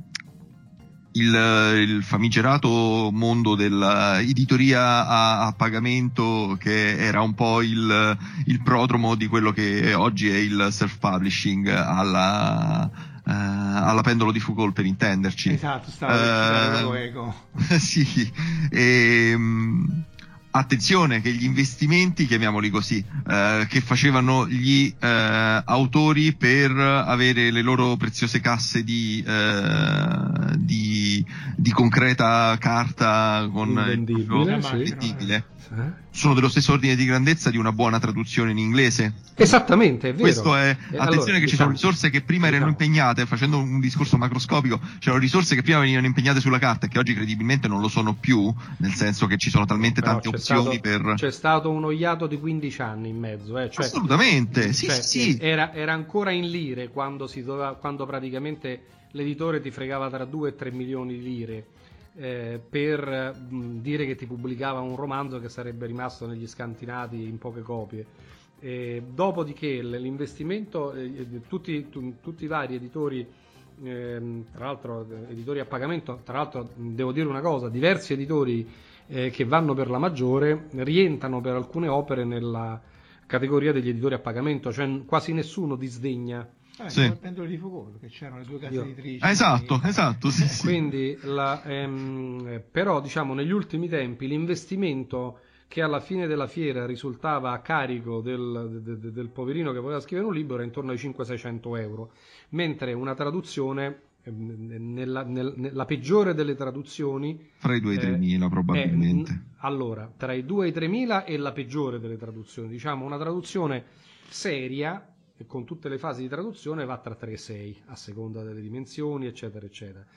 il, il famigerato mondo dell'editoria a, a pagamento, che era un po' il, il prodromo di quello che oggi è il self-publishing alla, uh, alla pendolo di Foucault, per intenderci. Esatto, stavo uh, ego. Sì, e... Um, attenzione che gli investimenti, chiamiamoli così, eh, che facevano gli eh, autori per avere le loro preziose casse di, eh, di, di concreta carta con invendibile, il sì. vendibile, sono dello stesso ordine di grandezza di una buona traduzione in inglese. Esattamente, è vero. Questo è, attenzione, allora, che diciamo, ci sono risorse che prima diciamo. erano impegnate, facendo un discorso macroscopico, c'erano risorse che prima venivano impegnate sulla carta e che oggi credibilmente non lo sono più, nel senso che ci sono talmente Però tante opzioni stato, per... C'è stato un oiato di quindici anni in mezzo, eh? Cioè, assolutamente, sì, cioè, sì. Era, era ancora in lire quando, si doveva, quando praticamente l'editore ti fregava tra due e tre milioni di lire. Eh, per mh, dire che ti pubblicava un romanzo che sarebbe rimasto negli scantinati in poche copie. Eh, dopodiché l'investimento, eh, tutti, tu, tutti i vari editori, eh, tra l'altro editori a pagamento, tra l'altro devo dire una cosa, diversi editori eh, che vanno per la maggiore rientrano per alcune opere nella categoria degli editori a pagamento, cioè quasi nessuno disdegna. Ah, sì. Il pendolo di Foucault, che c'erano le sue case editrici. Ah, esatto, e... esatto, sì, sì. Quindi, la, ehm, però, diciamo, negli ultimi tempi l'investimento che alla fine della fiera risultava a carico del, del, del, del poverino che voleva scrivere un libro era intorno ai cinquecento-seicento euro, mentre una traduzione, nella, nel, nella peggiore delle traduzioni, fra i due e i tremila eh, probabilmente. Eh, allora, tra i due e i tremila è la peggiore delle traduzioni, diciamo una traduzione seria, e con tutte le fasi di traduzione va tra tre e sei a seconda delle dimensioni, eccetera eccetera.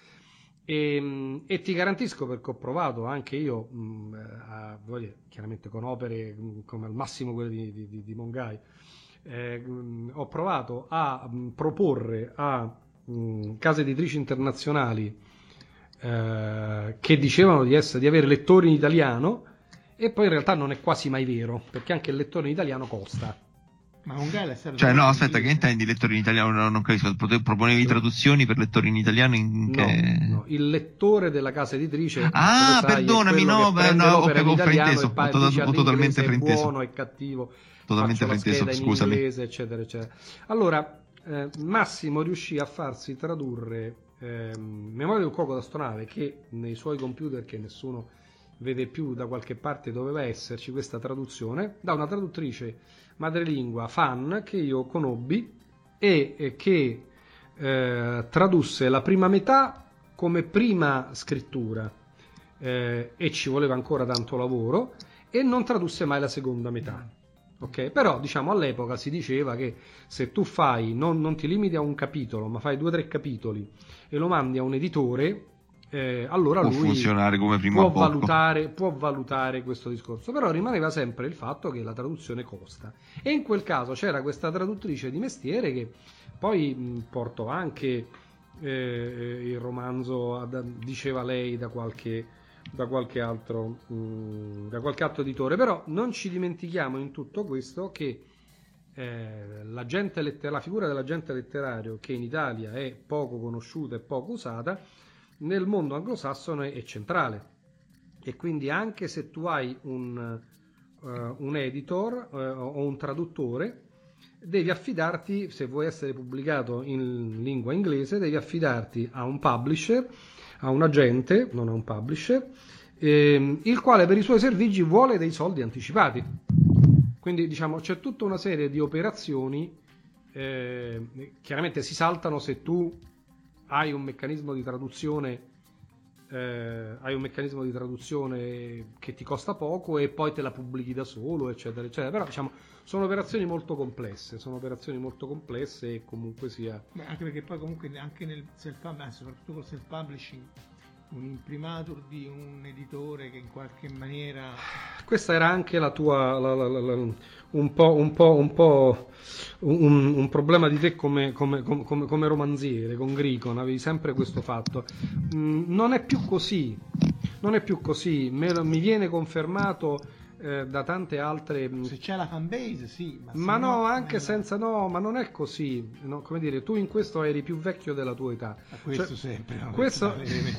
E, e ti garantisco, perché ho provato anche io mh, a, voglio, chiaramente con opere mh, come al massimo quelle di, di, di Mongai, eh, mh, ho provato a mh, proporre a mh, case editrici internazionali eh, che dicevano di, essere, di avere lettori in italiano, e poi in realtà non è quasi mai vero, perché anche il lettore in italiano costa. Ma Mongai serve, cioè no, aspetta, che intendi lettori in italiano? Non, non capisco, proponevi traduzioni per lettori in italiano in che... no, no, il lettore della casa editrice, ah, sai, perdonami, no, beh, no, ho, ho frainteso, ho, to- ho totalmente frainteso, buono e cattivo, totalmente frainteso, scusami, in inglese, eccetera eccetera. Allora eh, Massimo riuscì a farsi tradurre eh, Memoria di un cuoco d'astronavi, che nei suoi computer, che nessuno vede più, da qualche parte doveva esserci questa traduzione, da una traduttrice madrelingua fan che io conobbi e, e che eh, tradusse la prima metà come prima scrittura eh, e ci voleva ancora tanto lavoro, e non tradusse mai la seconda metà. Okay? Però diciamo all'epoca si diceva che se tu fai, non, non ti limiti a un capitolo, ma fai due o tre capitoli e lo mandi a un editore, Eh, allora può lui funzionare come prima può poco. valutare, può valutare questo discorso, però rimaneva sempre il fatto che la traduzione costa, e in quel caso c'era questa traduttrice di mestiere che poi mh, portò anche eh, il romanzo, ad, diceva lei, da qualche, da qualche altro mh, da qualche altro editore. Però non ci dimentichiamo in tutto questo che eh, l'agente letter- la figura dell'agente letterario, che in Italia è poco conosciuta e poco usata, nel mondo anglosassone è centrale, e quindi anche se tu hai un, uh, un editor uh, o un traduttore, devi affidarti, se vuoi essere pubblicato in lingua inglese, devi affidarti a un publisher, a un agente, non a un publisher, ehm, il quale per i suoi servigi vuole dei soldi anticipati. Quindi diciamo c'è tutta una serie di operazioni, eh, chiaramente si saltano se tu hai un meccanismo di traduzione eh, hai un meccanismo di traduzione che ti costa poco e poi te la pubblichi da solo, eccetera, eccetera. Però diciamo sono operazioni molto complesse, sono operazioni molto complesse e comunque sia... Beh, anche perché poi comunque anche nel self-publishing, soprattutto col self-publishing, un imprimatur di un editore che in qualche maniera... Questa era anche la tua... La, la, la, la, un po', un po', un po' un, un problema di te come, come, come, come romanziere, con Gricon, avevi sempre questo fatto. Mm, non è più così, non è più così, me lo, mi viene confermato eh, da tante altre... Se c'è la fanbase, sì. Ma, ma no, no, anche eh, senza no, ma non è così. No, come dire, tu in questo eri più vecchio della tua età. Ma questo cioè, sempre. No, questo,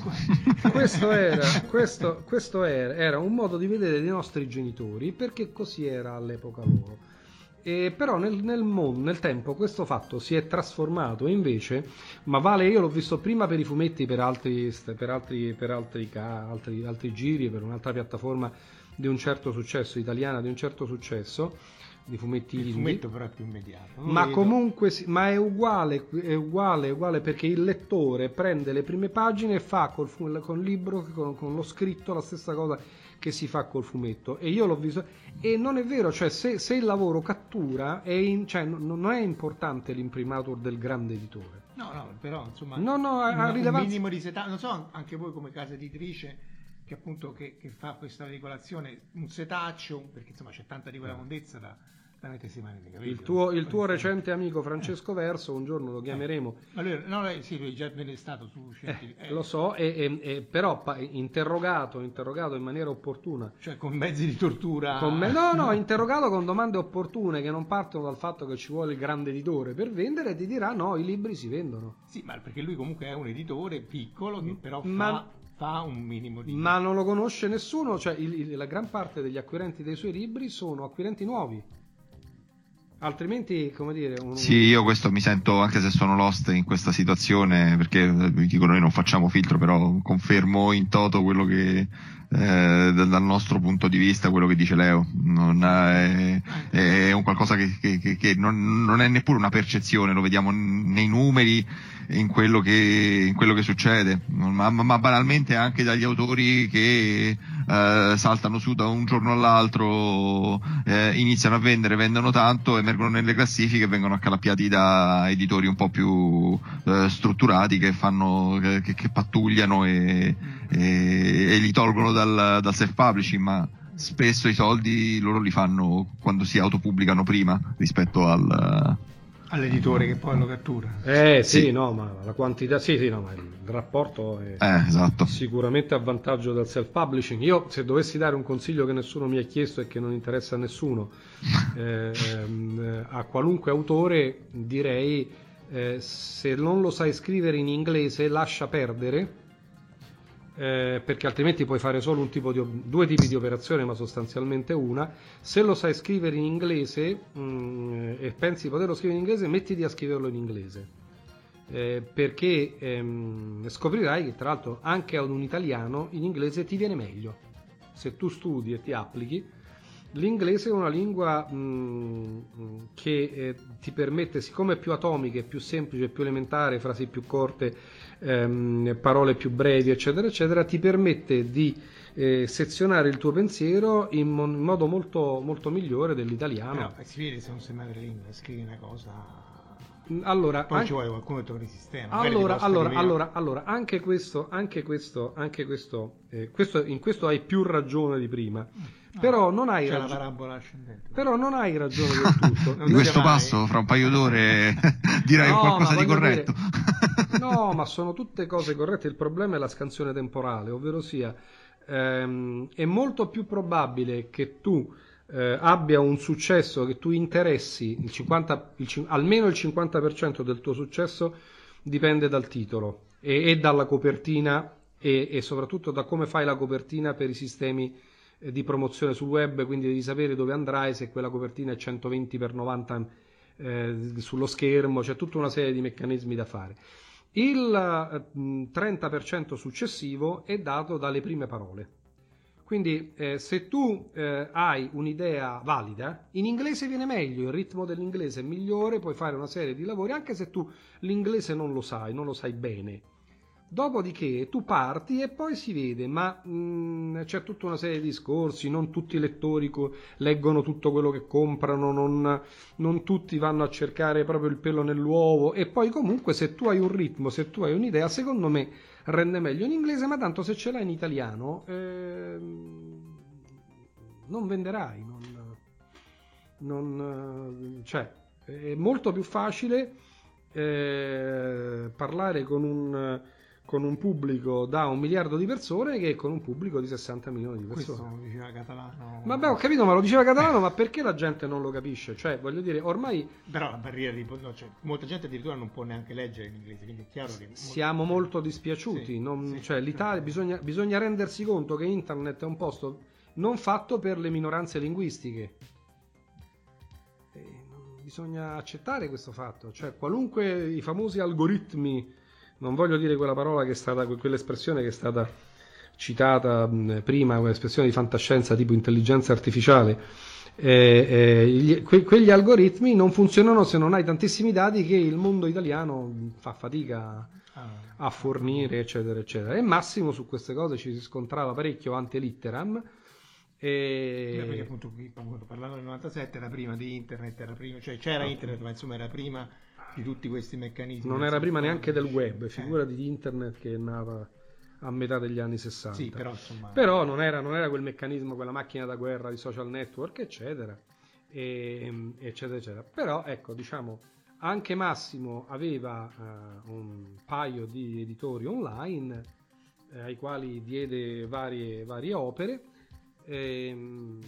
questo, era, questo, questo era, era un modo di vedere dei nostri genitori, perché così era all'epoca loro. E però nel, nel, mondo, nel tempo questo fatto si è trasformato e invece, ma vale, io l'ho visto prima per i fumetti, per altri, per altri, per altri, altri, altri giri, per un'altra piattaforma di un certo successo, italiana di un certo successo, di fumetti il indie. fumetto però è più immediato. Ma vedo. comunque sì, ma è uguale, è uguale, è uguale perché il lettore prende le prime pagine e fa col, con il libro, con, con lo scritto, la stessa cosa che si fa col fumetto. E io l'ho visto, e non è vero, cioè se, se il lavoro cattura, è in, cioè, non è importante l'imprimatur del grande editore. No, no, però insomma, no, no, ha un, rilevanza... un minimo di setup, non so, anche voi come casa editrice che appunto che, che fa questa regolazione, un setaccio, perché insomma c'è tanta di quella mondezza da, da mettersi mani nei capelli. Il tuo, il tuo recente amico Francesco Verso, un giorno lo chiameremo. Eh. Ma lui, no, lei, sì, lui già ve ne è stato su eh, eh. Lo so, e, e, e, però pa, interrogato, interrogato in maniera opportuna. Cioè con mezzi di tortura. Con me, no, no, interrogato con domande opportune che non partono dal fatto che ci vuole il grande editore per vendere, e ti dirà no, i libri si vendono. Sì, ma perché lui comunque è un editore piccolo che però ma, fa... fa un minimo di... Ma non lo conosce nessuno, cioè il, il, la gran parte degli acquirenti dei suoi libri sono acquirenti nuovi. Altrimenti, come dire... Un... Sì, io questo mi sento, anche se sono lost in questa situazione, perché vi dico noi non facciamo filtro, però confermo in toto quello che... Eh, dal nostro punto di vista quello che dice Leo non è, è un qualcosa che, che, che non, non è neppure una percezione, lo vediamo nei numeri, in quello che, in quello che succede, ma, ma banalmente anche dagli autori che eh, saltano su da un giorno all'altro, eh, iniziano a vendere, vendono tanto, emergono nelle classifiche e vengono accalappiati da editori un po' più eh, strutturati che fanno che, che pattugliano e, e, e li tolgono dal, dal self-publishing, ma spesso i soldi loro li fanno quando si autopubblicano prima rispetto al all'editore che poi lo cattura. Eh sì, sì, no, ma la quantità, sì, sì, no, ma il rapporto è eh, esatto. sicuramente a vantaggio del self-publishing. Io, se dovessi dare un consiglio che nessuno mi ha chiesto e che non interessa a nessuno, eh, ehm, a qualunque autore direi, eh, se non lo sai scrivere in inglese, lascia perdere, Eh, perché altrimenti puoi fare solo un tipo di, due tipi di operazione, ma sostanzialmente una. Se lo sai scrivere in inglese mh, e pensi di poterlo scrivere in inglese, mettiti a scriverlo in inglese, eh, perché ehm, scoprirai che tra l'altro anche ad un italiano in inglese ti viene meglio se tu studi e ti applichi. L'inglese è una lingua mh, che eh, ti permette, siccome è più atomica, è più semplice, più elementare, frasi più corte, ehm, parole più brevi, eccetera, eccetera, ti permette di eh, sezionare il tuo pensiero in, mo- in modo molto, molto migliore dell'italiano. Però si vede se non sei madrelingua, scrivi una cosa... Allora, poi anche, ci vuole qualcuno che trovi il sistema. Allora, allora, allora, allora, anche questo, anche questo, anche questo, eh, questo, in questo hai più ragione di prima. No, però non hai c'è raggi- la parabola ascendente. Però non hai ragione del tutto. Di questo passo, fra un paio d'ore, dirai no, qualcosa di corretto. Dire, no, ma sono tutte cose corrette. Il problema è la scansione temporale, ovvero sia ehm, è molto più probabile che tu eh, abbia un successo, che tu interessi il cinquanta, il, almeno il cinquanta per cento del tuo successo dipende dal titolo e, e dalla copertina e, e soprattutto da come fai la copertina per i sistemi di promozione sul web, quindi devi sapere dove andrai, se quella copertina è centoventi per novanta eh, sullo schermo, c'è tutta una serie di meccanismi da fare. Il eh, trenta per cento successivo è dato dalle prime parole, quindi eh, se tu eh, hai un'idea valida, in inglese viene meglio, il ritmo dell'inglese è migliore, puoi fare una serie di lavori, anche se tu l'inglese non lo sai, non lo sai bene. Dopodiché tu parti e poi si vede, ma mh, c'è tutta una serie di discorsi, non tutti i lettori co- leggono tutto quello che comprano, non, non tutti vanno a cercare proprio il pelo nell'uovo, e poi comunque se tu hai un ritmo, se tu hai un'idea, secondo me rende meglio in inglese, ma tanto se ce l'hai in italiano ehm, non venderai, non, non, cioè è molto più facile eh, parlare con un con un pubblico da un miliardo di persone che con un pubblico di sessanta milioni di persone. Questo lo diceva Catalano. Vabbè, ho capito, ma lo diceva Catalano, ma perché la gente non lo capisce? Cioè, voglio dire, ormai Però la barriera di no, cioè, molta gente addirittura non può neanche leggere in inglese, quindi è chiaro che siamo molto dispiaciuti. Sì, non, sì. cioè, l'Italia, bisogna, bisogna rendersi conto che internet è un posto non fatto per le minoranze linguistiche. E bisogna accettare questo fatto. Cioè, qualunque i famosi algoritmi, non voglio dire quella parola che è stata, quell'espressione che è stata citata mh, prima, quell'espressione di fantascienza tipo intelligenza artificiale, eh, eh, gli, que, quegli algoritmi non funzionano se non hai tantissimi dati che il mondo italiano fa fatica a fornire, eccetera, eccetera. E Massimo su queste cose ci si scontrava parecchio ante litteram. E... Beh, perché appunto qui appunto, parlando del novantasette era prima di internet, era prima, cioè c'era internet, ma insomma era prima di tutti questi meccanismi. Non era prima neanche del web, eh. figurati di internet che è nata a metà degli anni sessanta. Sì, però insomma... Però non era, non era quel meccanismo, quella macchina da guerra di social network, eccetera, e, eccetera, eccetera. Però ecco, diciamo, anche Massimo aveva uh, un paio di editori online eh, ai quali diede varie, varie opere, ehm,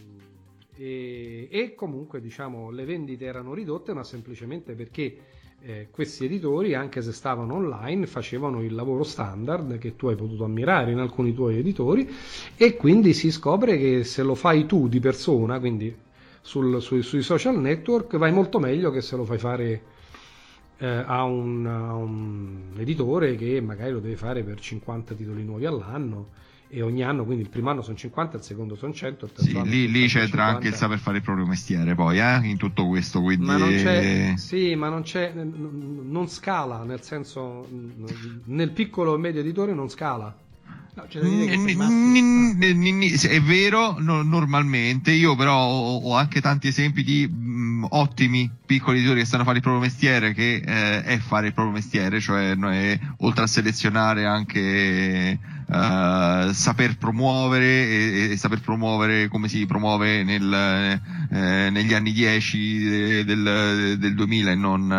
e, e comunque diciamo le vendite erano ridotte, ma semplicemente perché Eh, questi editori, anche se stavano online, facevano il lavoro standard che tu hai potuto ammirare in alcuni tuoi editori, e quindi si scopre che se lo fai tu di persona, quindi sul, sui, sui social network, vai molto meglio che se lo fai fare eh, a, un, a un editore che magari lo deve fare per cinquanta titoli nuovi all'anno, e ogni anno, quindi il primo anno sono cinquanta, il secondo sono cento, il terzo sì, anno lì, lì c'entra cinquanta. anche il saper fare il proprio mestiere poi eh, in tutto questo, quindi ma non c'è, sì, ma non c'è, non scala, nel senso, nel piccolo e medio editore non scala. No, c'è da dire che se N- Massimo- n- n- n- è vero, no- normalmente io però ho, ho anche tanti esempi di mh, ottimi piccoli editori che stanno a fare il proprio mestiere, che eh, è fare il proprio mestiere, cioè noi, oltre a selezionare anche eh, saper promuovere e, e saper promuovere come si promuove nel, eh, negli anni dieci del, del duemila e non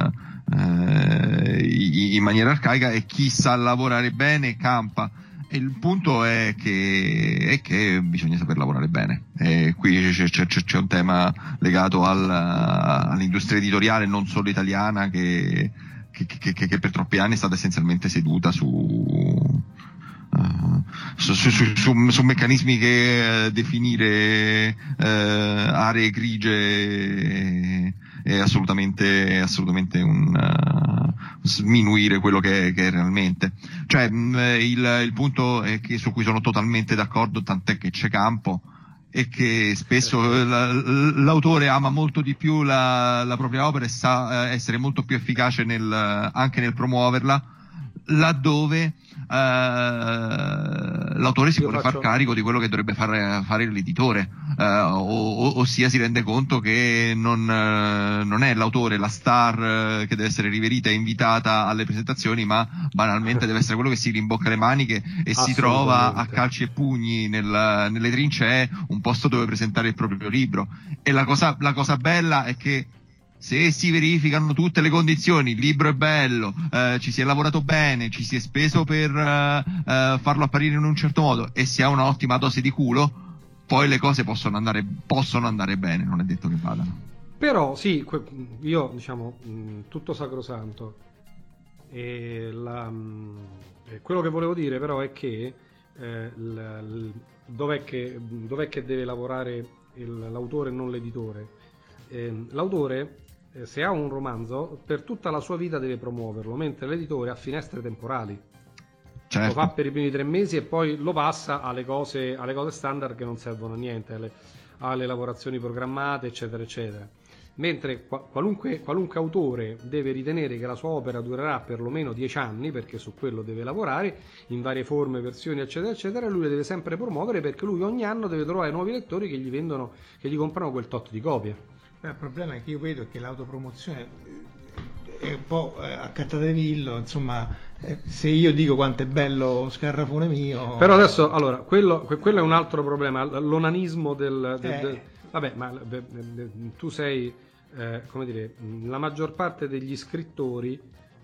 eh, in maniera arcaica, e chi sa lavorare bene campa. E il punto è che, è che bisogna saper lavorare bene, e qui c'è, c'è, c'è un tema legato al, all'industria editoriale non solo italiana che, che, che, che per troppi anni è stata essenzialmente seduta su, uh, su, su, su, su, su meccanismi che uh, definire uh, aree grigie è assolutamente, è assolutamente un uh, sminuire quello che è, che è realmente. Cioè mh, il, il punto è che, su cui sono totalmente d'accordo, tant'è che c'è campo, è che spesso la, l'autore ama molto di più la, la propria opera e sa essere molto più efficace nel, anche nel promuoverla, laddove uh, l'autore si Io vuole faccio... far carico di quello che dovrebbe fare, fare l'editore, uh, o, ossia si rende conto che non, uh, non è l'autore la star uh, che deve essere riverita e invitata alle presentazioni, ma banalmente deve essere quello che si rimbocca le maniche e si trova a calci e pugni nel, nelle trincee un posto dove presentare il proprio libro. E la cosa, la cosa bella è che se si verificano tutte le condizioni, il libro è bello, eh, ci si è lavorato bene, ci si è speso per eh, eh, farlo apparire in un certo modo e si ha un'ottima dose di culo, poi le cose possono andare, possono andare bene, non è detto che vadano. Però sì, io diciamo tutto sacrosanto, e la, quello che volevo dire però è che, eh, l, l, dov'è che dov'è che deve lavorare il, l'autore e non l'editore? Eh, l'autore, se ha un romanzo, per tutta la sua vita deve promuoverlo, mentre l'editore ha finestre temporali. Certo. Lo fa per i primi tre mesi e poi lo passa alle cose, alle cose standard che non servono a niente, alle, alle lavorazioni programmate, eccetera, eccetera. mentre qualunque, qualunque autore deve ritenere che la sua opera durerà perlomeno dieci anni, perché su quello deve lavorare in varie forme, versioni eccetera eccetera, lui le deve sempre promuovere, perché lui ogni anno deve trovare nuovi lettori che gli vendono, che gli comprano quel tot di copie. Beh, il problema è che io vedo che l'autopromozione è un po' a cattatevillo, insomma, eh, se io dico quanto è bello Scarrafone mio, però adesso, allora, quello, quello è un altro problema, l'onanismo del, del, eh. del vabbè, ma tu sei Eh, come dire, la maggior parte degli scrittori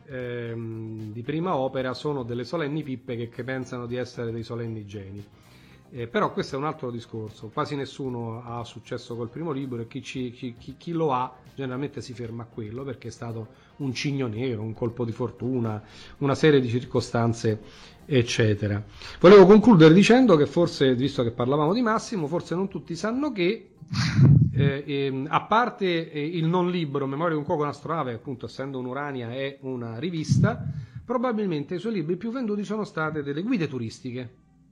ehm, di prima opera sono delle solenni pippe che, che pensano di essere dei solenni geni, eh, però questo è un altro discorso. Quasi nessuno ha successo col primo libro e chi, ci, chi, chi, chi lo ha generalmente si ferma a quello perché è stato un cigno nero, un colpo di fortuna, una serie di circostanze eccetera. Volevo concludere dicendo che forse, visto che parlavamo di Massimo, forse non tutti sanno che Eh, eh, a parte eh, il non libro Memoria di un cuoco un'astronave, appunto essendo un'Urania è una rivista, probabilmente i suoi libri più venduti sono state delle guide turistiche.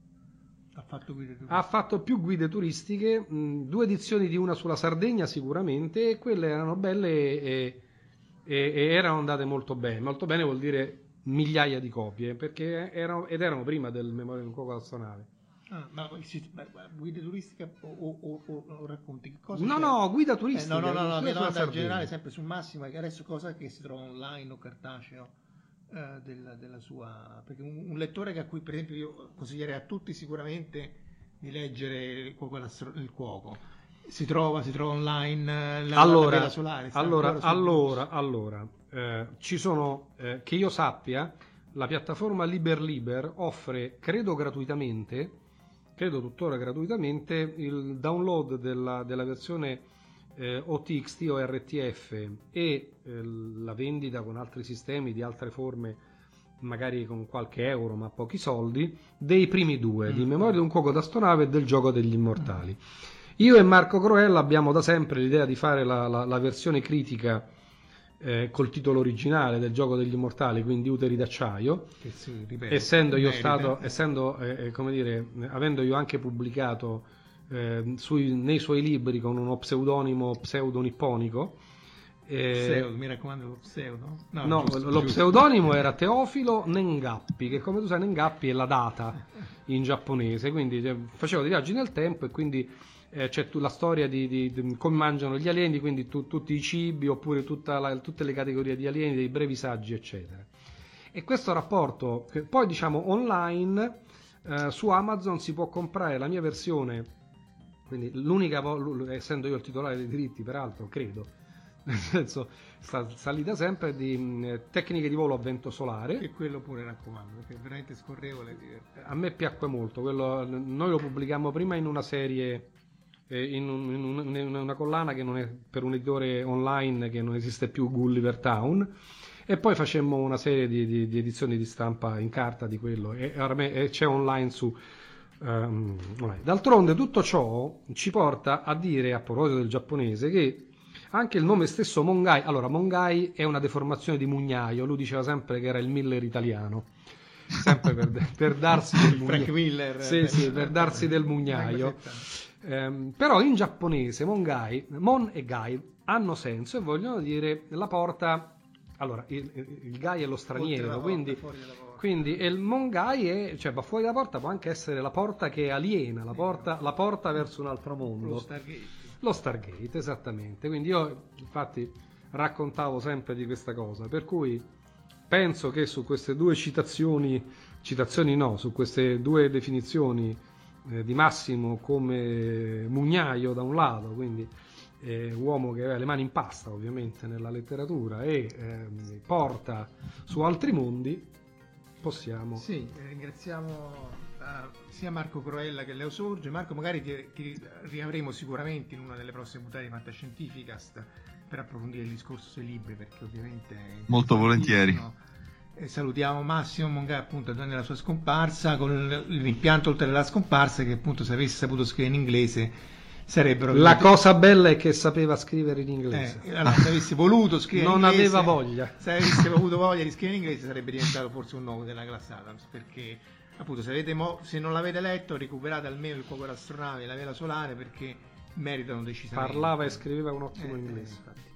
Ha fatto guide turistiche. Ha fatto più guide turistiche, mh, due edizioni di una sulla Sardegna sicuramente, e quelle erano belle e, e, e erano andate molto bene. Molto bene vuol dire migliaia di copie, perché erano, ed erano prima del Memoria di un cuoco un'astronave. Ah, ma guida turistica o, o, o, o racconti che cosa? No, c'è? no, guida turistica. Eh, no, no, no, no, sulla mia domanda in Sardegna. generale sempre su Massimo, che adesso cosa che si trova online o cartaceo eh, della, della sua, perché un, un lettore che a cui per esempio io consiglierei a tutti sicuramente di leggere il cuoco, il cuoco. Si trova, si trova online la, allora, la vela solare. Allora, allora, allora eh, ci sono, eh, che io sappia, la piattaforma Liber offre, credo gratuitamente, credo tuttora gratuitamente, il download della, della versione eh, O T X T o R T F e eh, la vendita con altri sistemi di altre forme, magari con qualche euro ma pochi soldi, dei primi due, mm. di Memoria di un cuoco d'astronave e del Gioco degli Immortali. Io e Marco Croella abbiamo da sempre l'idea di fare la, la, la versione critica eh, col titolo originale del Gioco degli Immortali, quindi Uteri d'acciaio, che si ripete, essendo io merita. stato, essendo, eh, come dire, avendo io anche pubblicato eh, sui, nei suoi libri con uno pseudonimo pseudonipponico. Eh, pseudo, mi raccomando lo pseudo? No, no giusto, lo giusto. Pseudonimo era Teofilo Nengappi, che come tu sai Nengappi è la data in giapponese, quindi cioè, facevo dei viaggi nel tempo e quindi eh, c'è la storia di, di, di come mangiano gli alieni, quindi tu, tutti i cibi oppure tutta la, tutte le categorie di alieni, dei brevi saggi eccetera. E questo rapporto, che poi diciamo online eh, su Amazon si può comprare la mia versione, quindi l'unica, essendo io il titolare dei diritti peraltro, credo, nel senso sta, sta lì da sempre, di mh, tecniche di volo a vento solare, e quello pure raccomando perché è veramente scorrevole. A me piacque molto quello, noi lo pubblicammo prima in una serie eh, in, un, in, un, in una collana che non è per un editore online che non esiste più, Gulliver Town, e poi facemmo una serie di, di, di edizioni di stampa in carta di quello e, e c'è online su um, online. D'altronde tutto ciò ci porta a dire, a proposito del giapponese, che anche il nome stesso Mongai, allora Mongai è una deformazione di mugnaio, lui diceva sempre che era il Miller italiano, sempre per, per darsi del mugnaio. Frank Miller. Sì, sì, per darsi del mugnaio. Eh, però in giapponese Mongai, Mon e Gai hanno senso e vogliono dire la porta, allora il, il Gai è lo straniero, porta, quindi, quindi il Mongai è, cioè va fuori dalla porta, può anche essere la porta che aliena, la porta, la porta verso un altro mondo. Lo Stargate. Lo Stargate, esattamente. Quindi io infatti raccontavo sempre di questa cosa, per cui penso che su queste due citazioni, citazioni no, su queste due definizioni eh, di Massimo come mugnaio da un lato, quindi eh, uomo che aveva le mani in pasta ovviamente nella letteratura e eh, porta su altri mondi, possiamo... Sì, ringraziamo... Uh, sia Marco Croella che Leo Sorge. Marco, magari ti, ti riavremo sicuramente in una delle prossime puntate di Fantascientificast per approfondire il discorso sui libri, perché ovviamente molto volentieri. E salutiamo Massimo Mongai appunto nella sua scomparsa, con il rimpianto oltre alla scomparsa che appunto se avesse saputo scrivere in inglese sarebbero... La cosa bella è che sapeva scrivere in inglese. Eh, allora, se avesse voluto scrivere non in inglese, aveva voglia. Se avesse avuto voglia di scrivere in inglese sarebbe diventato forse un nuovo della classe Adams, perché appunto se, avete mo- se non l'avete letto recuperate almeno il cuoco d'astronave e la vela solare, perché meritano decisamente. Parlava e scriveva un ottimo eh, inglese. Eh, infatti.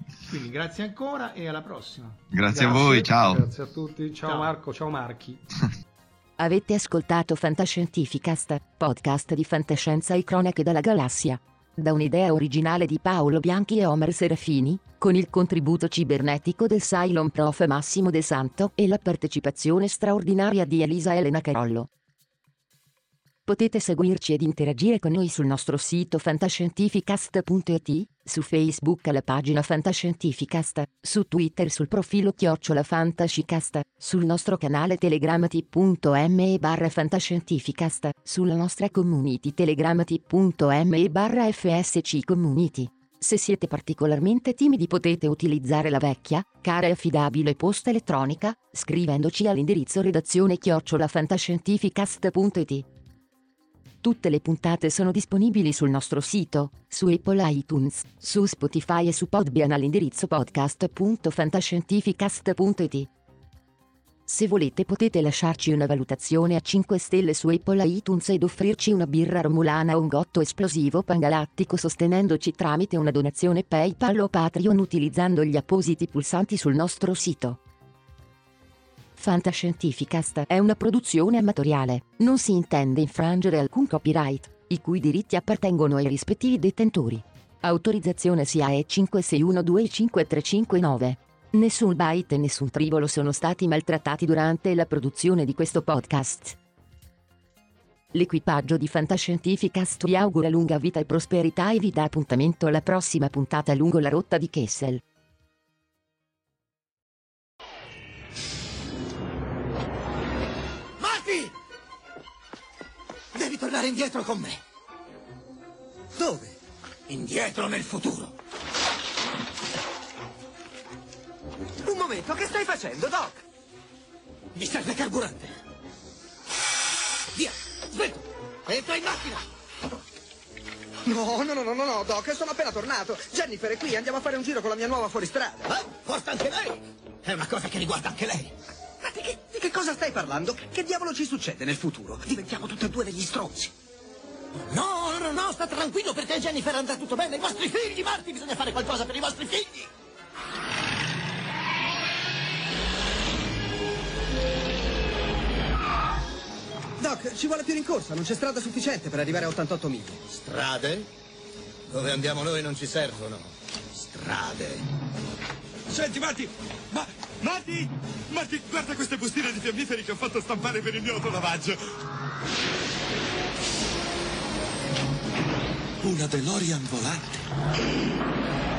Quindi grazie ancora e alla prossima. Grazie, grazie a voi, ciao. Grazie a tutti, ciao, ciao. Marco, ciao Marchi. Avete ascoltato Fantascientificast, podcast di fantascienza e cronache dalla galassia. Da un'idea originale di Paolo Bianchi e Omer Serafini, con il contributo cibernetico del Cylon Prof Massimo De Santo e la partecipazione straordinaria di Elisa Elena Carollo. Potete seguirci ed interagire con noi sul nostro sito fantascientificast punto it, su Facebook alla pagina Fantascientificast, su Twitter sul profilo chiocciola Fantascicast, sul nostro canale Telegram t.me barra Fantascientificast, sulla nostra community Telegram t.me barra fsc community. Se siete particolarmente timidi potete utilizzare la vecchia, cara e affidabile posta elettronica, scrivendoci all'indirizzo redazione chiocciola fantascientificast punto it. Tutte le puntate sono disponibili sul nostro sito, su Apple iTunes, su Spotify e su Podbean all'indirizzo podcast punto fantascientificast punto it. Se volete potete lasciarci una valutazione a cinque stelle su Apple iTunes ed offrirci una birra romulana o un gotto esplosivo pangalattico sostenendoci tramite una donazione PayPal o Patreon utilizzando gli appositi pulsanti sul nostro sito. Fantascientificast è una produzione amatoriale, non si intende infrangere alcun copyright, i cui diritti appartengono ai rispettivi detentori. Autorizzazione S I A E cinque sei uno due cinque tre cinque nove. Nessun byte e nessun tribolo sono stati maltrattati durante la produzione di questo podcast. L'equipaggio di Fantascientificast vi augura lunga vita e prosperità e vi dà appuntamento alla prossima puntata lungo la rotta di Kessel. Devi tornare indietro con me. Dove? Indietro nel futuro. Un momento, che stai facendo, Doc? Mi serve carburante. Via, svelto. Entra in macchina. No, no, no, no, no, Doc, sono appena tornato. Jennifer è qui, andiamo a fare un giro con la mia nuova fuoristrada. Eh? Forse anche lei? È una cosa che riguarda anche lei. Ma di che, di che cosa stai parlando? Che diavolo ci succede nel futuro? Diventiamo tutti e due degli stronzi. No, no, no, sta tranquillo perché Jennifer andrà tutto bene. I vostri figli, Marty, bisogna fare qualcosa per i vostri figli. Doc, ci vuole più rincorsa, non c'è strada sufficiente per arrivare a ottantotto miglia. Strade? Dove andiamo noi non ci servono strade. Senti, Marty! Ma... Marty! Marty, guarda queste bustine di fiammiferi che ho fatto stampare per il mio autolavaggio! Una DeLorean volante!